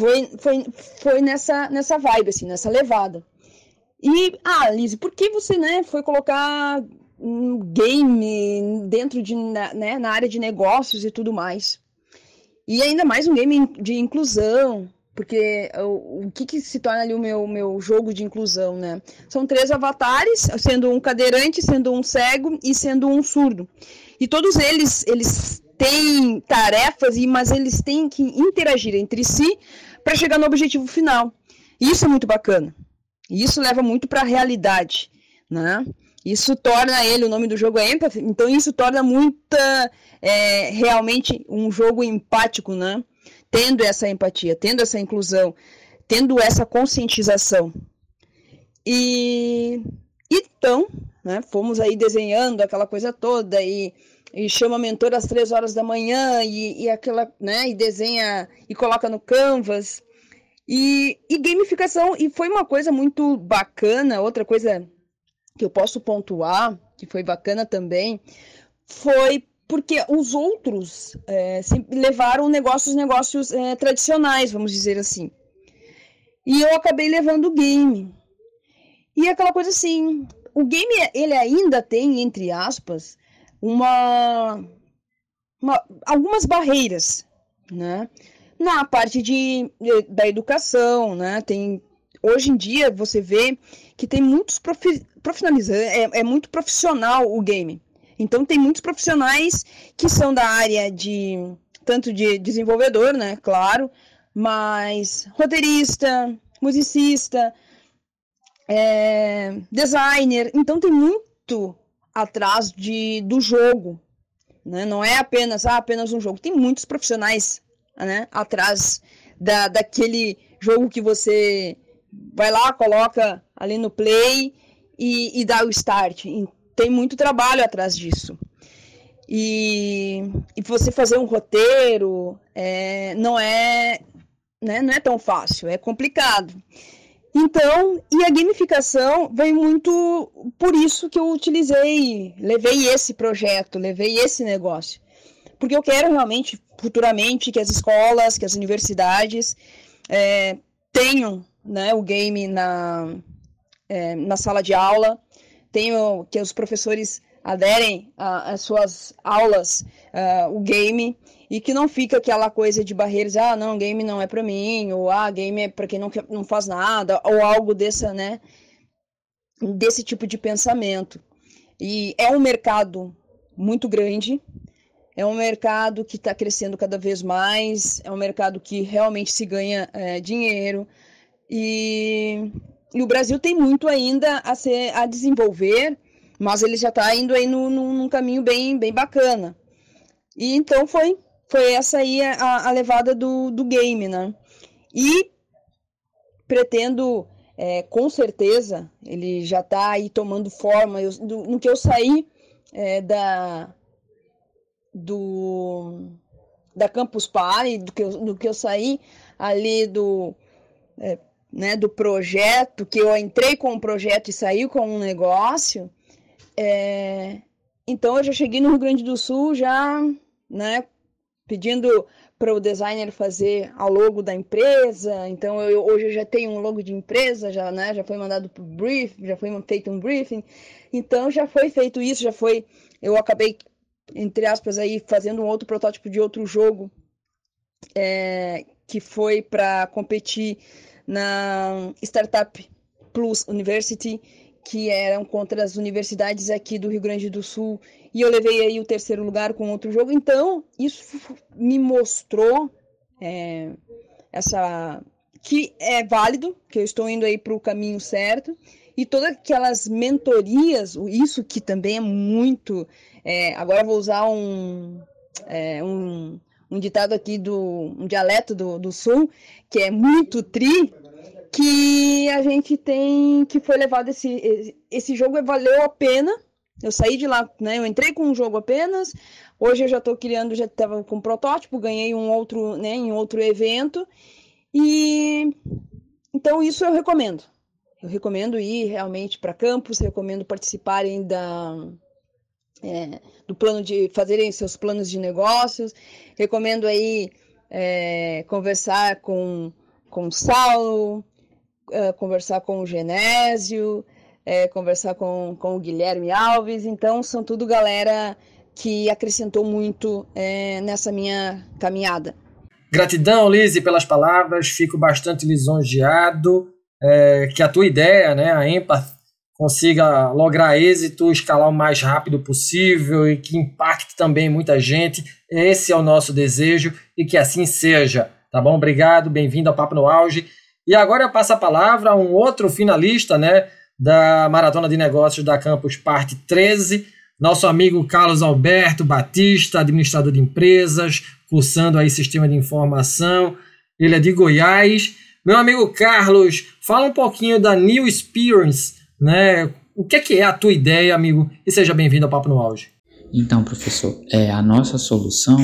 nessa vibe, assim, nessa levada. E, Liz, por que você, foi colocar um game dentro na área de negócios e tudo mais? E ainda mais um game de inclusão, porque o que se torna ali o meu jogo de inclusão, né? São 3 avatares, sendo um cadeirante, sendo um cego e sendo um surdo. E todos eles têm tarefas, mas eles têm que interagir entre si para chegar no objetivo final. E isso é muito bacana. E isso leva muito para a realidade, né? Isso torna o nome do jogo é Empathy, então isso torna realmente um jogo empático, né? Tendo essa empatia, tendo essa inclusão, tendo essa conscientização. E então, fomos aí desenhando aquela coisa toda e chama a mentora às 3 horas da manhã e aquela, e desenha e coloca no Canvas. E gamificação, e foi uma coisa muito bacana. Outra coisa que eu posso pontuar, que foi bacana também, foi porque os outros levaram negócios tradicionais, vamos dizer assim. E eu acabei levando o game. E aquela coisa assim, o game, ele ainda tem, entre aspas, algumas barreiras, né? Na parte da educação, né? Hoje em dia você vê que tem muitos profissionalizantes, é muito profissional o game. Então tem muitos profissionais que são da área tanto de desenvolvedor, né? Claro, mas roteirista, musicista, designer. Então tem muito atrás do jogo, né? Não é apenas um jogo. Tem muitos profissionais, né, atrás daquele jogo que você vai lá, coloca ali no play e dá o start. E tem muito trabalho atrás disso. E você fazer um roteiro não é tão fácil, é complicado. Então, e a gamificação vem muito por isso que eu levei esse projeto, levei esse negócio. Porque eu quero realmente, futuramente, que as escolas, que as universidades tenham, né, o game na sala de aula, que os professores aderem às suas aulas o game, e que não fica aquela coisa de barreiras, não, game não é para mim, ou game é para quem não faz nada, ou algo desse tipo de pensamento. E é um mercado muito grande, é um mercado que está crescendo cada vez mais, é um mercado que realmente se ganha dinheiro, e o Brasil tem muito ainda a desenvolver, mas ele já está indo aí num caminho bem, bem bacana. E então foi essa aí a levada do game, né? E pretendo, com certeza, ele já está aí tomando forma. No que eu saí da Campus Party, do que eu saí ali do projeto, que eu entrei com um projeto e saí com um negócio, então eu já cheguei no Rio Grande do Sul já, né, pedindo para o designer fazer a logo da empresa. Então hoje eu já tenho um logo de empresa, já foi mandado para o briefing, já foi feito um briefing, então já foi feito isso, eu acabei, entre aspas, aí, fazendo um outro protótipo de outro jogo, que foi para competir na Startup Plus University, que eram contra as universidades aqui do Rio Grande do Sul, e eu levei aí o 3º lugar com outro jogo. Então, isso me mostrou que é válido, que eu estou indo aí para o caminho certo, e todas aquelas mentorias, isso que também é muito... agora eu vou usar um ditado aqui, um dialeto do Sul, que é muito que a gente tem, que foi levado esse jogo, valeu a pena. Eu saí de lá, né? Eu entrei com um jogo apenas. Hoje eu já estou criando, já estava com um protótipo, ganhei um outro, né, em outro evento. E então isso eu recomendo. Eu recomendo ir realmente para campus, recomendo participarem do plano de fazerem seus planos de negócios. Recomendo aí conversar com o Saulo, conversar com o Genésio, conversar com o Guilherme Alves. Então, são tudo galera que acrescentou muito nessa minha caminhada. Gratidão, Lizzy, pelas palavras. Fico bastante lisonjeado que a tua ideia, né, a Empath, consiga lograr êxito, escalar o mais rápido possível e que impacte também muita gente. Esse é o nosso desejo e que assim seja. Tá bom? Obrigado, bem-vindo ao Papo no Auge. E agora eu passo a palavra a um outro finalista, né, da Maratona de Negócios da Campus Party 13, nosso amigo Carlos Alberto Batista, administrador de empresas, cursando aí Sistema de Informação. Ele é de Goiás. Meu amigo Carlos, fala um pouquinho da New Experience, né? O que é a tua ideia, amigo? E seja bem-vindo ao Papo no Auge. Então, professor, a nossa solução...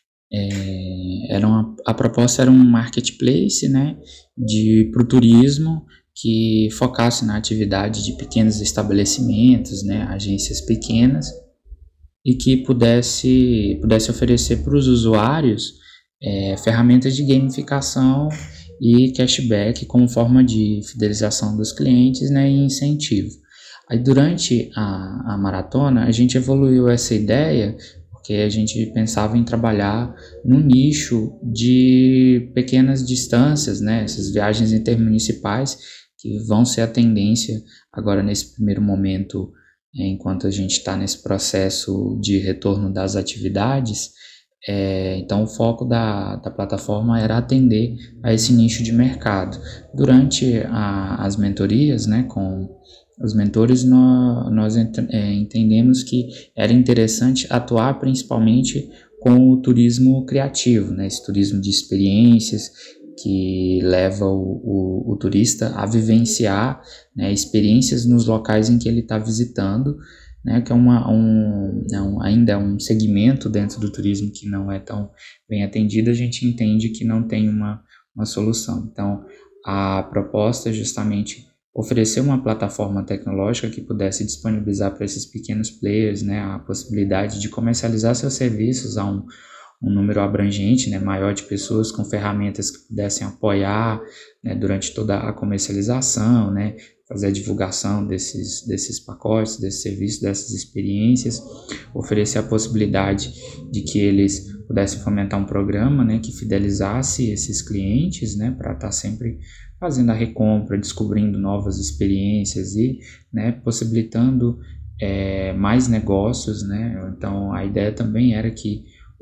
a proposta era um marketplace, né, para o turismo, que focasse na atividade de pequenos estabelecimentos, né, agências pequenas, e que pudesse oferecer para os usuários ferramentas de gamificação e cashback como forma de fidelização dos clientes, né, e incentivo. Aí durante a maratona a gente evoluiu essa ideia, porque a gente pensava em trabalhar no nicho de pequenas distâncias, né? Essas viagens intermunicipais que vão ser a tendência agora nesse primeiro momento, enquanto a gente está nesse processo de retorno das atividades, Então, o foco da plataforma era atender a esse nicho de mercado. Durante as mentorias, né, com os mentores, nós entendemos que era interessante atuar principalmente com o turismo criativo, né, esse turismo de experiências que leva o turista a vivenciar, né, experiências nos locais em que ele está visitando, né, que ainda é um segmento dentro do turismo que não é tão bem atendido. A gente entende que não tem uma solução. Então, a proposta é justamente oferecer uma plataforma tecnológica que pudesse disponibilizar para esses pequenos players, né, a possibilidade de comercializar seus serviços a um número abrangente, né, maior de pessoas, com ferramentas que pudessem apoiar, né, durante toda a comercialização, né, fazer a divulgação desses pacotes, desses serviços, dessas experiências, oferecer a possibilidade de que eles pudessem fomentar um programa, né, que fidelizasse esses clientes, né, para estar sempre fazendo a recompra, descobrindo novas experiências e, né, possibilitando mais negócios, né. Então, a ideia também era que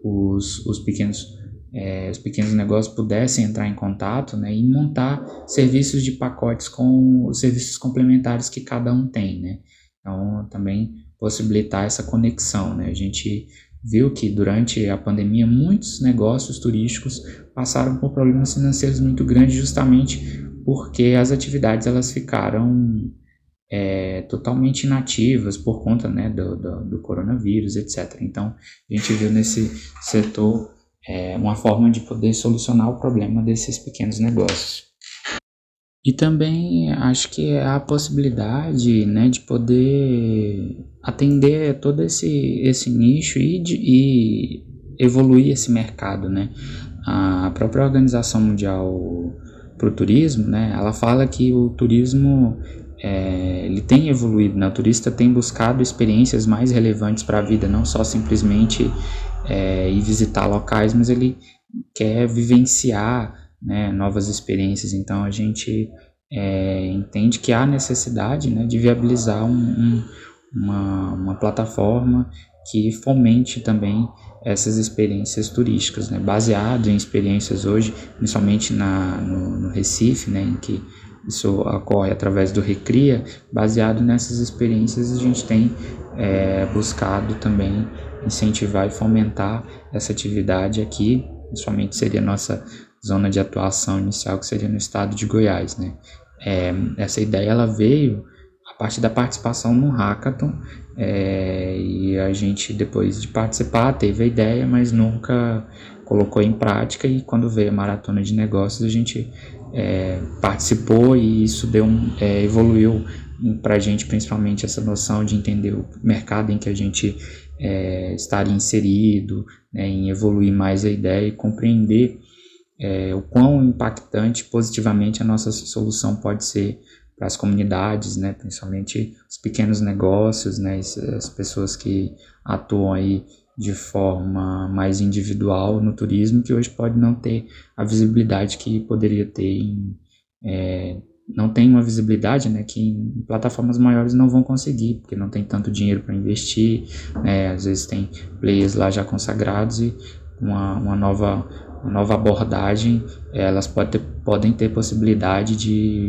os pequenos negócios pudessem entrar em contato, né, e montar serviços de pacotes com os serviços complementares que cada um tem, né. Então, também possibilitar essa conexão, né. A gente viu que durante a pandemia muitos negócios turísticos passaram por problemas financeiros muito grandes, justamente porque as atividades elas ficaram totalmente inativas por conta, né, do coronavírus, etc. Então, a gente viu nesse setor uma forma de poder solucionar o problema desses pequenos negócios. E também acho que é a possibilidade, né, de poder atender todo esse nicho e evoluir esse mercado, né. A própria Organização Mundial para o Turismo, né, ela fala que o turismo ele tem evoluído, né? O turista tem buscado experiências mais relevantes para a vida, não só simplesmente ir visitar locais, mas ele quer vivenciar, né, novas experiências. Então a gente entende que há necessidade, né, de viabilizar uma plataforma que fomente também essas experiências turísticas, né, baseado em experiências hoje, principalmente no Recife, né, em que isso ocorre através do Recria. Baseado nessas experiências, a gente tem buscado também incentivar e fomentar essa atividade aqui, principalmente seria a nossa zona de atuação inicial, que seria no estado de Goiás, né. Essa ideia ela veio a partir da participação no Hackathon, e a gente, depois de participar, teve a ideia, mas nunca colocou em prática, e quando veio a Maratona de Negócios, a gente participou, e isso evoluiu para a gente, principalmente essa noção de entender o mercado em que a gente estaria inserido, né, em evoluir mais a ideia e compreender o quão impactante positivamente a nossa solução pode ser para as comunidades, né, principalmente os pequenos negócios, né, as pessoas que atuam aí de forma mais individual no turismo, que hoje pode não ter a visibilidade que poderia ter não tem uma visibilidade, né, que em plataformas maiores não vão conseguir, porque não tem tanto dinheiro para investir, né, às vezes tem players lá já consagrados, e uma nova abordagem, elas podem ter possibilidade de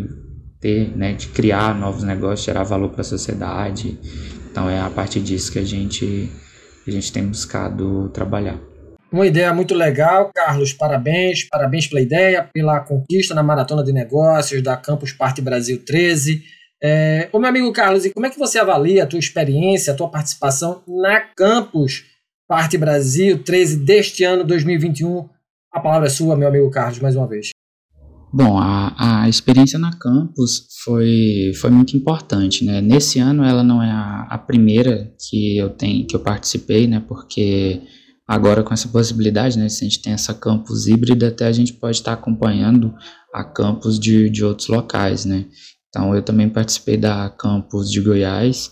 criar novos negócios, gerar valor para a sociedade. Então é a partir disso que a gente tem buscado trabalhar. Uma ideia muito legal, Carlos, parabéns pela ideia, pela conquista na Maratona de Negócios da Campus Party Brasil 13. Meu amigo Carlos, e como é que você avalia a tua experiência, a tua participação na Campus Party Brasil 13 deste ano 2021? A palavra é sua, meu amigo Carlos, mais uma vez. Bom, a experiência na Campus foi muito importante, né? Nesse ano ela não é a primeira que eu participei, né? Porque agora com essa possibilidade, né? Se a gente tem essa Campus híbrida, até a gente pode estar acompanhando a Campus de outros locais, né? Então eu também participei da Campus de Goiás,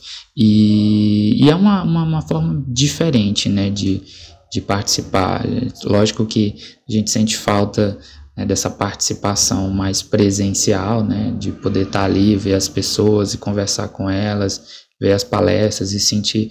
e é uma forma diferente, né? De participar. Lógico que a gente sente falta, né, dessa participação mais presencial, né, de poder estar ali, ver as pessoas e conversar com elas, ver as palestras e sentir,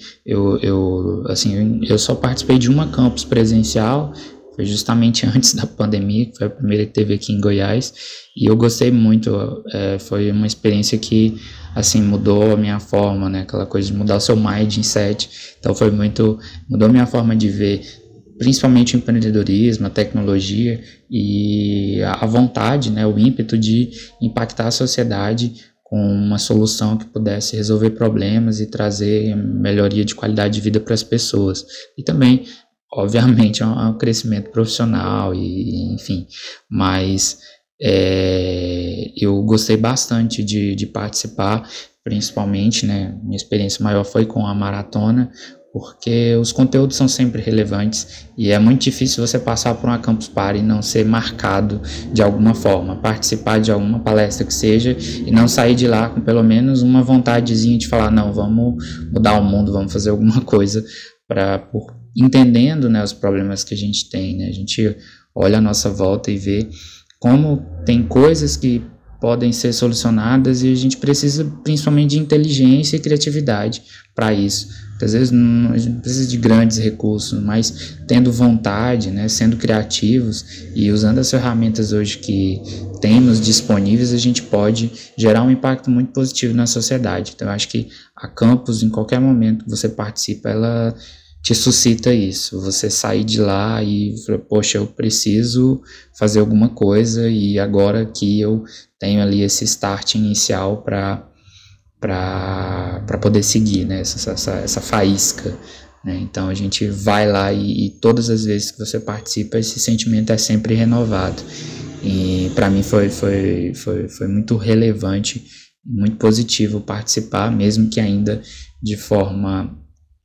eu só participei de uma campus presencial, foi justamente antes da pandemia, que foi a primeira que teve aqui em Goiás, e eu gostei muito, foi uma experiência que, assim, mudou a minha forma, né, aquela coisa de mudar o seu mindset, então mudou a minha forma de ver, principalmente o empreendedorismo, a tecnologia e a vontade, né, o ímpeto de impactar a sociedade com uma solução que pudesse resolver problemas e trazer melhoria de qualidade de vida para as pessoas. E também, obviamente, um crescimento profissional, e enfim, mas eu gostei bastante de participar, principalmente, né, minha experiência maior foi com a maratona, porque os conteúdos são sempre relevantes e é muito difícil você passar por uma Campus Party e não ser marcado de alguma forma, participar de alguma palestra que seja e não sair de lá com pelo menos uma vontadezinha de falar, não, vamos mudar o mundo, vamos fazer alguma coisa entendendo, né, os problemas que a gente tem, né? A gente olha a nossa volta e vê como tem coisas que podem ser solucionadas e a gente precisa principalmente de inteligência e criatividade para isso. Porque às vezes a gente não precisa de grandes recursos, mas tendo vontade, né, sendo criativos e usando as ferramentas hoje que temos disponíveis, a gente pode gerar um impacto muito positivo na sociedade. Então eu acho que a Campus, em qualquer momento que você participa, ela te suscita isso, você sair de lá e falar, poxa, eu preciso fazer alguma coisa e agora que eu tenho ali esse start inicial para poder seguir, né, essa faísca, né? Então a gente vai lá e todas as vezes que você participa, esse sentimento é sempre renovado. E para mim foi muito relevante, muito positivo participar, mesmo que ainda de forma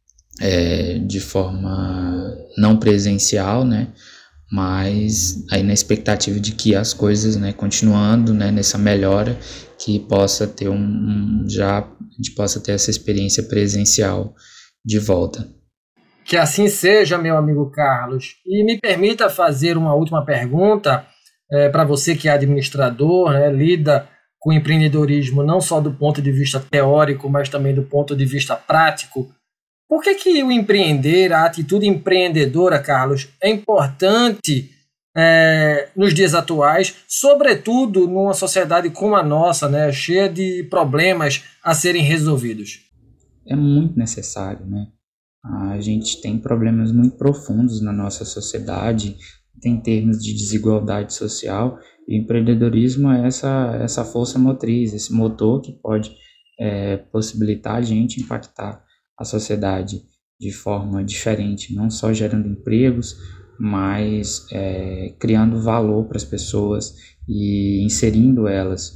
não presencial, né? Mas aí na expectativa de que as coisas, né, continuando, né, nessa melhora, que possa ter a gente possa ter essa experiência presencial de volta. Que assim seja, meu amigo Carlos. E me permita fazer uma última pergunta para você que é administrador, né, lida com empreendedorismo não só do ponto de vista teórico, mas também do ponto de vista prático. Por que o empreender, a atitude empreendedora, Carlos, é importante nos dias atuais, sobretudo numa sociedade como a nossa, né, cheia de problemas a serem resolvidos? É muito necessário, né? A gente tem problemas muito profundos na nossa sociedade, em termos de desigualdade social, e o empreendedorismo é essa força motriz, esse motor que pode possibilitar a gente impactar a sociedade de forma diferente, não só gerando empregos, mas criando valor para as pessoas e inserindo elas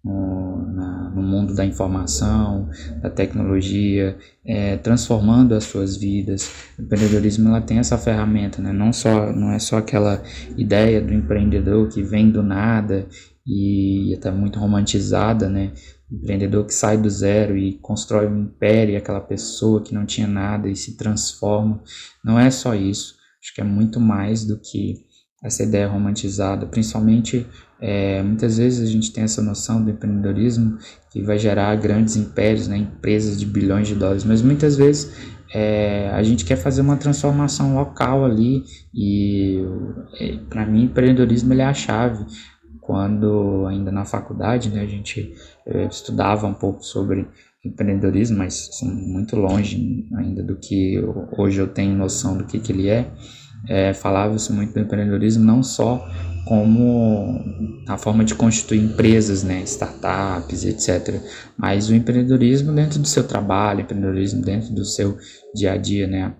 no mundo da informação, da tecnologia, transformando as suas vidas. O empreendedorismo ela tem essa ferramenta, né? Não é só aquela ideia do empreendedor que vem do nada e está muito romantizada, né? O empreendedor que sai do zero e constrói um império, aquela pessoa que não tinha nada e se transforma. Não é só isso. Acho que é muito mais do que essa ideia romantizada. Principalmente, muitas vezes a gente tem essa noção do empreendedorismo que vai gerar grandes impérios, né, empresas de bilhões de dólares, mas muitas vezes a gente quer fazer uma transformação local ali e para mim o empreendedorismo ele é a chave. Quando ainda na faculdade, né, a gente estudava um pouco sobre empreendedorismo, mas muito longe ainda do que hoje eu tenho noção do que ele falava-se muito do empreendedorismo não só como a forma de constituir empresas, né, startups, etc., mas o empreendedorismo dentro do seu trabalho, empreendedorismo dentro do seu dia a dia, né,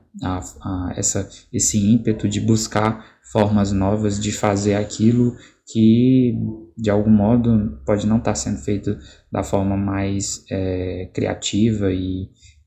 esse ímpeto de buscar formas novas de fazer aquilo que de algum modo pode não estar sendo feito da forma mais criativa e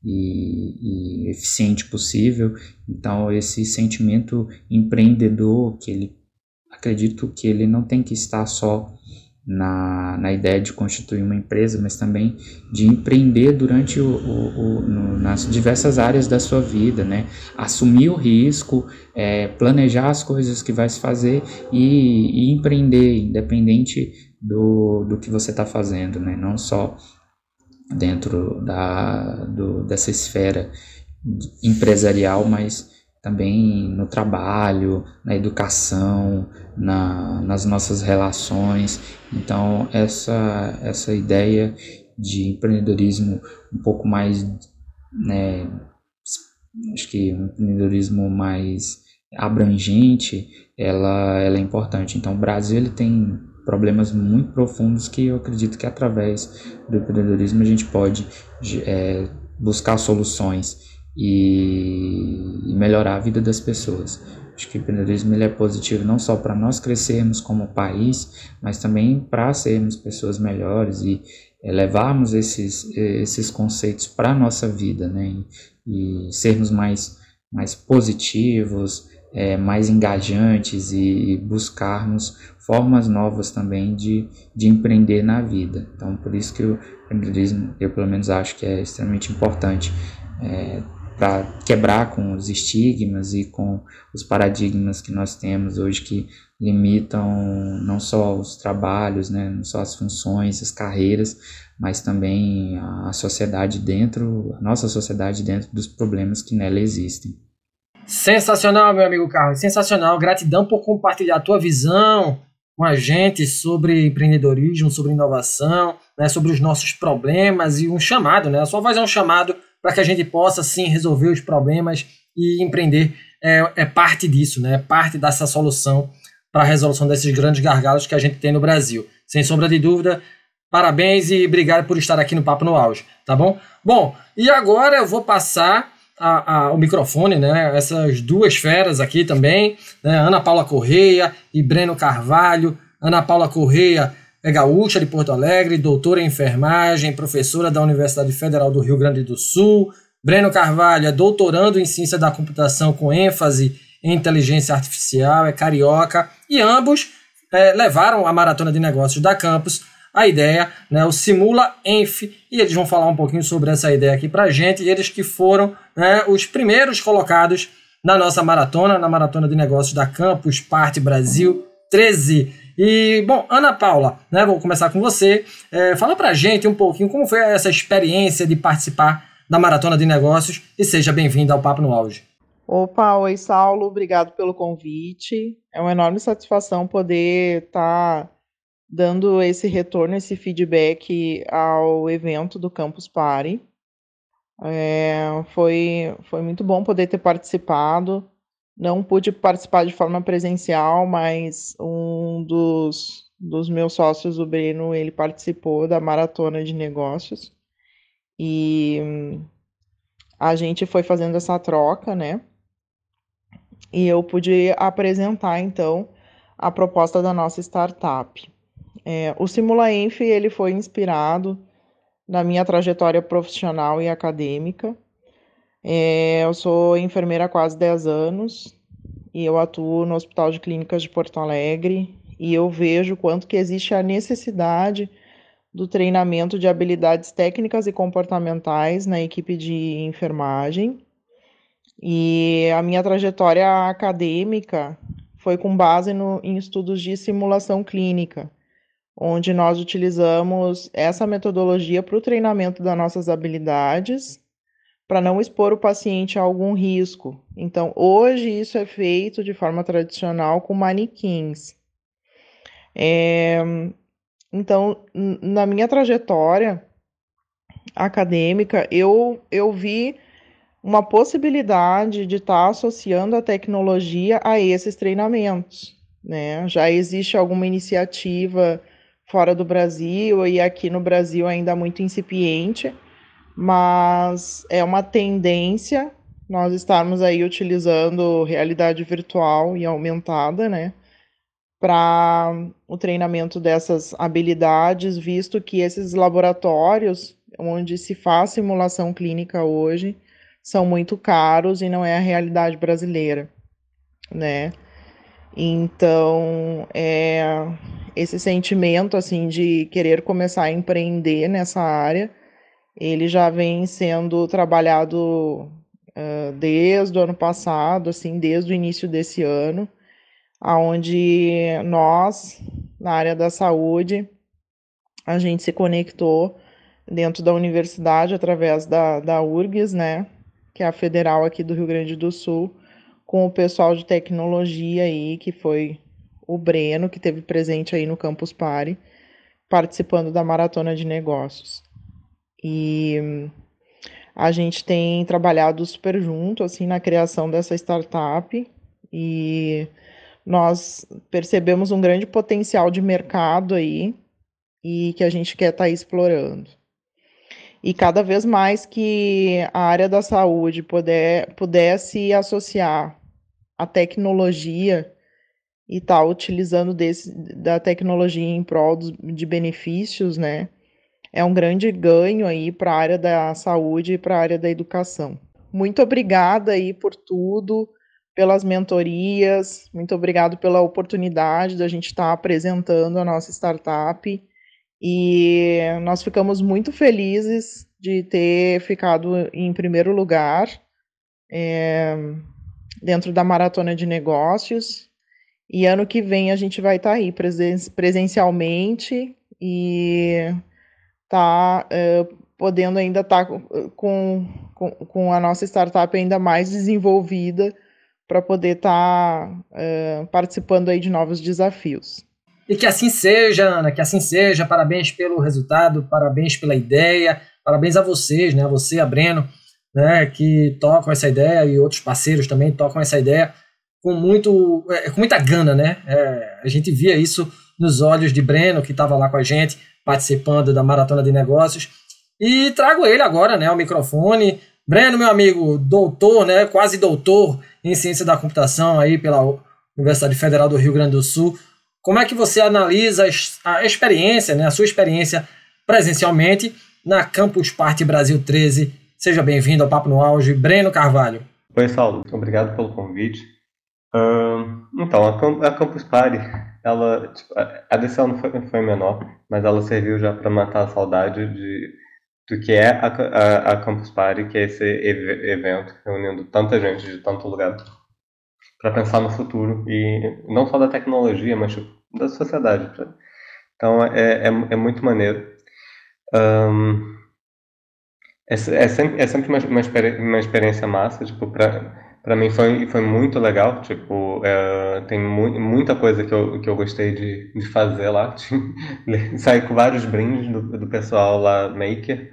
eficiente possível. Então esse sentimento empreendedor, acredito que ele não tem que estar só na ideia de constituir uma empresa, mas também de empreender durante nas diversas áreas da sua vida, né? Assumir o risco, planejar as coisas que vai se fazer e empreender, independente do que você está fazendo, né? Não só dentro dessa esfera empresarial, mas também no trabalho, na educação, nas nossas relações. Então, essa ideia de empreendedorismo um pouco mais, né, acho que um empreendedorismo mais abrangente, ela é importante. Então, o Brasil ele tem problemas muito profundos que eu acredito que através do empreendedorismo a gente pode buscar soluções e melhorar a vida das pessoas. Acho que o empreendedorismo ele é positivo não só para nós crescermos como país, mas também para sermos pessoas melhores e levarmos esses conceitos para a nossa vida, né? E sermos mais positivos, mais engajantes e buscarmos formas novas também de empreender na vida. Então, por isso que o empreendedorismo, eu pelo menos acho que é extremamente importante para quebrar com os estigmas e com os paradigmas que nós temos hoje que limitam não só os trabalhos, né, não só as funções, as carreiras, mas também a nossa sociedade dentro dos problemas que nela existem. Sensacional, meu amigo Carlos, sensacional. Gratidão por compartilhar a tua visão com a gente sobre empreendedorismo, sobre inovação, né, sobre os nossos problemas e um chamado, né? A sua voz é um chamado para que a gente possa, sim, resolver os problemas e empreender é parte disso, né? É parte dessa solução para a resolução desses grandes gargalos que a gente tem no Brasil. Sem sombra de dúvida, parabéns e obrigado por estar aqui no Papo no Auge, tá bom? Bom, e agora eu vou passar o microfone, né? Essas duas feras aqui também, né? Ana Paula Correia e Breno Carvalho. Ana Paula Correia é gaúcha de Porto Alegre, doutora em enfermagem, professora da Universidade Federal do Rio Grande do Sul. Breno Carvalho é doutorando em ciência da computação com ênfase em inteligência artificial, é carioca, e ambos levaram a Maratona de Negócios da Campus a ideia, né, o Simula Enf, e eles vão falar um pouquinho sobre essa ideia aqui pra gente, e eles que foram, né, os primeiros colocados na nossa maratona, na Maratona de Negócios da Campus Party Brasil 13. E, bom, Ana Paula, né, vou começar com você. Fala pra gente um pouquinho como foi essa experiência de participar da Maratona de Negócios e seja bem-vinda ao Papo no Auge. Opa, oi Saulo, obrigado pelo convite. É uma enorme satisfação poder estar dando esse retorno, esse feedback ao evento do Campus Party. Foi muito bom poder ter participado. Não pude participar de forma presencial, mas um dos meus sócios, o Breno, ele participou da Maratona de Negócios. E a gente foi fazendo essa troca, né? E eu pude apresentar, então, a proposta da nossa startup. O Simula Enf, ele foi inspirado na minha trajetória profissional e acadêmica. Eu sou enfermeira há quase 10 anos e eu atuo no Hospital de Clínicas de Porto Alegre e eu vejo quanto que existe a necessidade do treinamento de habilidades técnicas e comportamentais na equipe de enfermagem. E a minha trajetória acadêmica foi com base em estudos de simulação clínica, onde nós utilizamos essa metodologia para o treinamento das nossas habilidades, para não expor o paciente a algum risco. Então, hoje isso é feito de forma tradicional com manequins. Então, na minha trajetória acadêmica, eu vi uma possibilidade de estar associando a tecnologia a esses treinamentos, né? Já existe alguma iniciativa fora do Brasil e aqui no Brasil ainda muito incipiente, mas é uma tendência nós estarmos aí utilizando realidade virtual e aumentada, né, para o treinamento dessas habilidades, visto que esses laboratórios onde se faz simulação clínica hoje são muito caros e não é a realidade brasileira, né? Então, esse sentimento, assim, de querer começar a empreender nessa área, ele já vem sendo trabalhado desde o ano passado, assim, desde o início desse ano, onde nós, na área da saúde, a gente se conectou dentro da universidade, através da URGS, né, que é a federal aqui do Rio Grande do Sul, com o pessoal de tecnologia aí, que foi o Breno, que esteve presente aí no Campus Party, participando da Maratona de Negócios. E a gente tem trabalhado super junto, assim, na criação dessa startup, e nós percebemos um grande potencial de mercado aí, e que a gente quer estar explorando. E cada vez mais que a área da saúde pudesse associar a tecnologia e estar utilizando da tecnologia em prol de benefícios, né, é um grande ganho aí para a área da saúde e para a área da educação. Muito obrigada aí por tudo, pelas mentorias, muito obrigado pela oportunidade da gente estar apresentando a nossa startup, e nós ficamos muito felizes de ter ficado em primeiro lugar dentro da Maratona de Negócios, e ano que vem a gente vai estar aí presencialmente e podendo ainda estar com a nossa startup ainda mais desenvolvida para poder estar participando aí de novos desafios. E que assim seja, Ana, que assim seja. Parabéns pelo resultado, parabéns pela ideia, parabéns a vocês, né? A você, a Breno, né? Que tocam essa ideia, e outros parceiros também tocam essa ideia com muita gana, né? A gente via isso nos olhos de Breno, que estava lá com a gente, participando da Maratona de Negócios. E trago ele agora, né, ao microfone. Breno, meu amigo, doutor, né? Quase doutor em Ciência da Computação aí pela Universidade Federal do Rio Grande do Sul. Como é que você analisa a experiência, né, a sua experiência presencialmente na Campus Party Brasil 13? Seja bem-vindo ao Papo no Auge, Breno Carvalho. Oi, Saulo. Obrigado pelo convite. Então, a Campus Party, ela, a desse ano foi menor, mas ela serviu já para matar a saudade do que é a Campus Party, que é esse evento reunindo tanta gente de tanto lugar para pensar no futuro, e não só da tecnologia, mas da sociedade. Então é muito maneiro. É sempre uma experiência massa. Tipo, para mim foi muito legal. Tipo, tem muita coisa que eu gostei de fazer lá. Saí com vários brindes do pessoal lá, maker.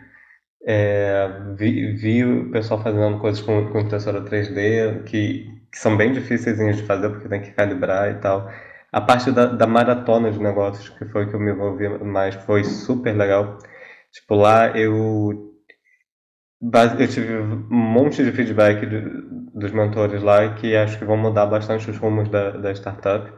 Vi o pessoal fazendo coisas com impressora 3D que são bem difíceis de fazer, porque tem que calibrar e tal. A parte da maratona de negócios, que foi que eu me envolvi mais, foi super legal. Tipo, lá eu tive um monte de feedback dos mentores lá, que acho que vão mudar bastante os rumos da startup.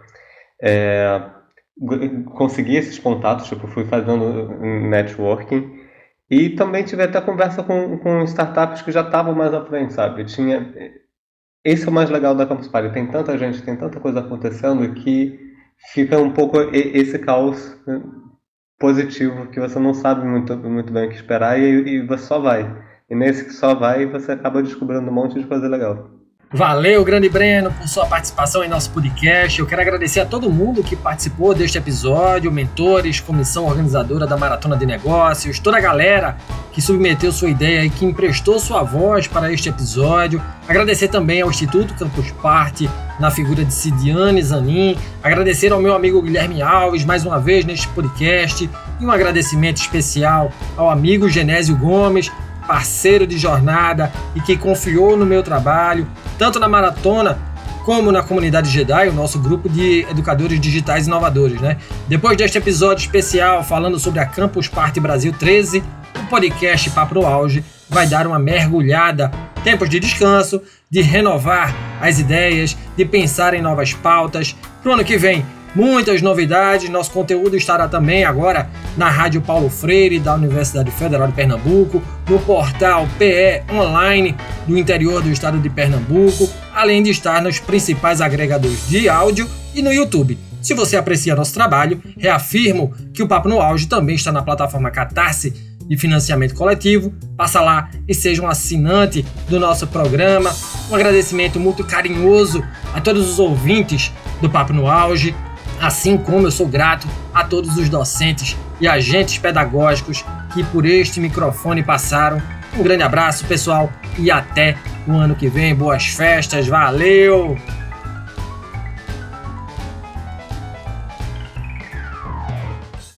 Consegui esses contatos, tipo, fui fazendo networking, e também tive até conversa com startups que já estavam mais à frente, sabe? Esse é o mais legal da Campus Party. Tem tanta gente, tem tanta coisa acontecendo, que fica um pouco esse caos positivo, que você não sabe muito bem o que esperar, e você só vai. E nesse que só vai, você acaba descobrindo um monte de coisa legal. Valeu, grande Breno, por sua participação em nosso podcast. Eu quero agradecer a todo mundo que participou deste episódio, mentores, comissão organizadora da Maratona de Negócios, toda a galera que submeteu sua ideia e que emprestou sua voz para este episódio. Agradecer também ao Instituto Campus Party, na figura de Cidiane Zanin. Agradecer ao meu amigo Guilherme Alves, mais uma vez neste podcast. E um agradecimento especial ao amigo Genésio Gomes, parceiro de jornada e que confiou no meu trabalho, tanto na maratona como na comunidade Jedi, o nosso grupo de educadores digitais inovadores, né? Depois deste episódio especial falando sobre a Campus Party Brasil 13, o podcast Papo no Auge vai dar uma mergulhada, tempos de descanso, de renovar as ideias, de pensar em novas pautas. Pro ano que vem, muitas novidades. Nosso conteúdo estará também agora na Rádio Paulo Freire, da Universidade Federal de Pernambuco, no portal PE Online do interior do estado de Pernambuco, além de estar nos principais agregadores de áudio e no YouTube. Se você aprecia nosso trabalho, reafirmo que o Papo no Auge também está na plataforma Catarse de financiamento coletivo. Passa lá e seja um assinante do nosso programa. Um agradecimento muito carinhoso a todos os ouvintes do Papo no Auge, assim como eu sou grato a todos os docentes e agentes pedagógicos que por este microfone passaram. Um grande abraço, pessoal, e até o ano que vem. Boas festas, valeu!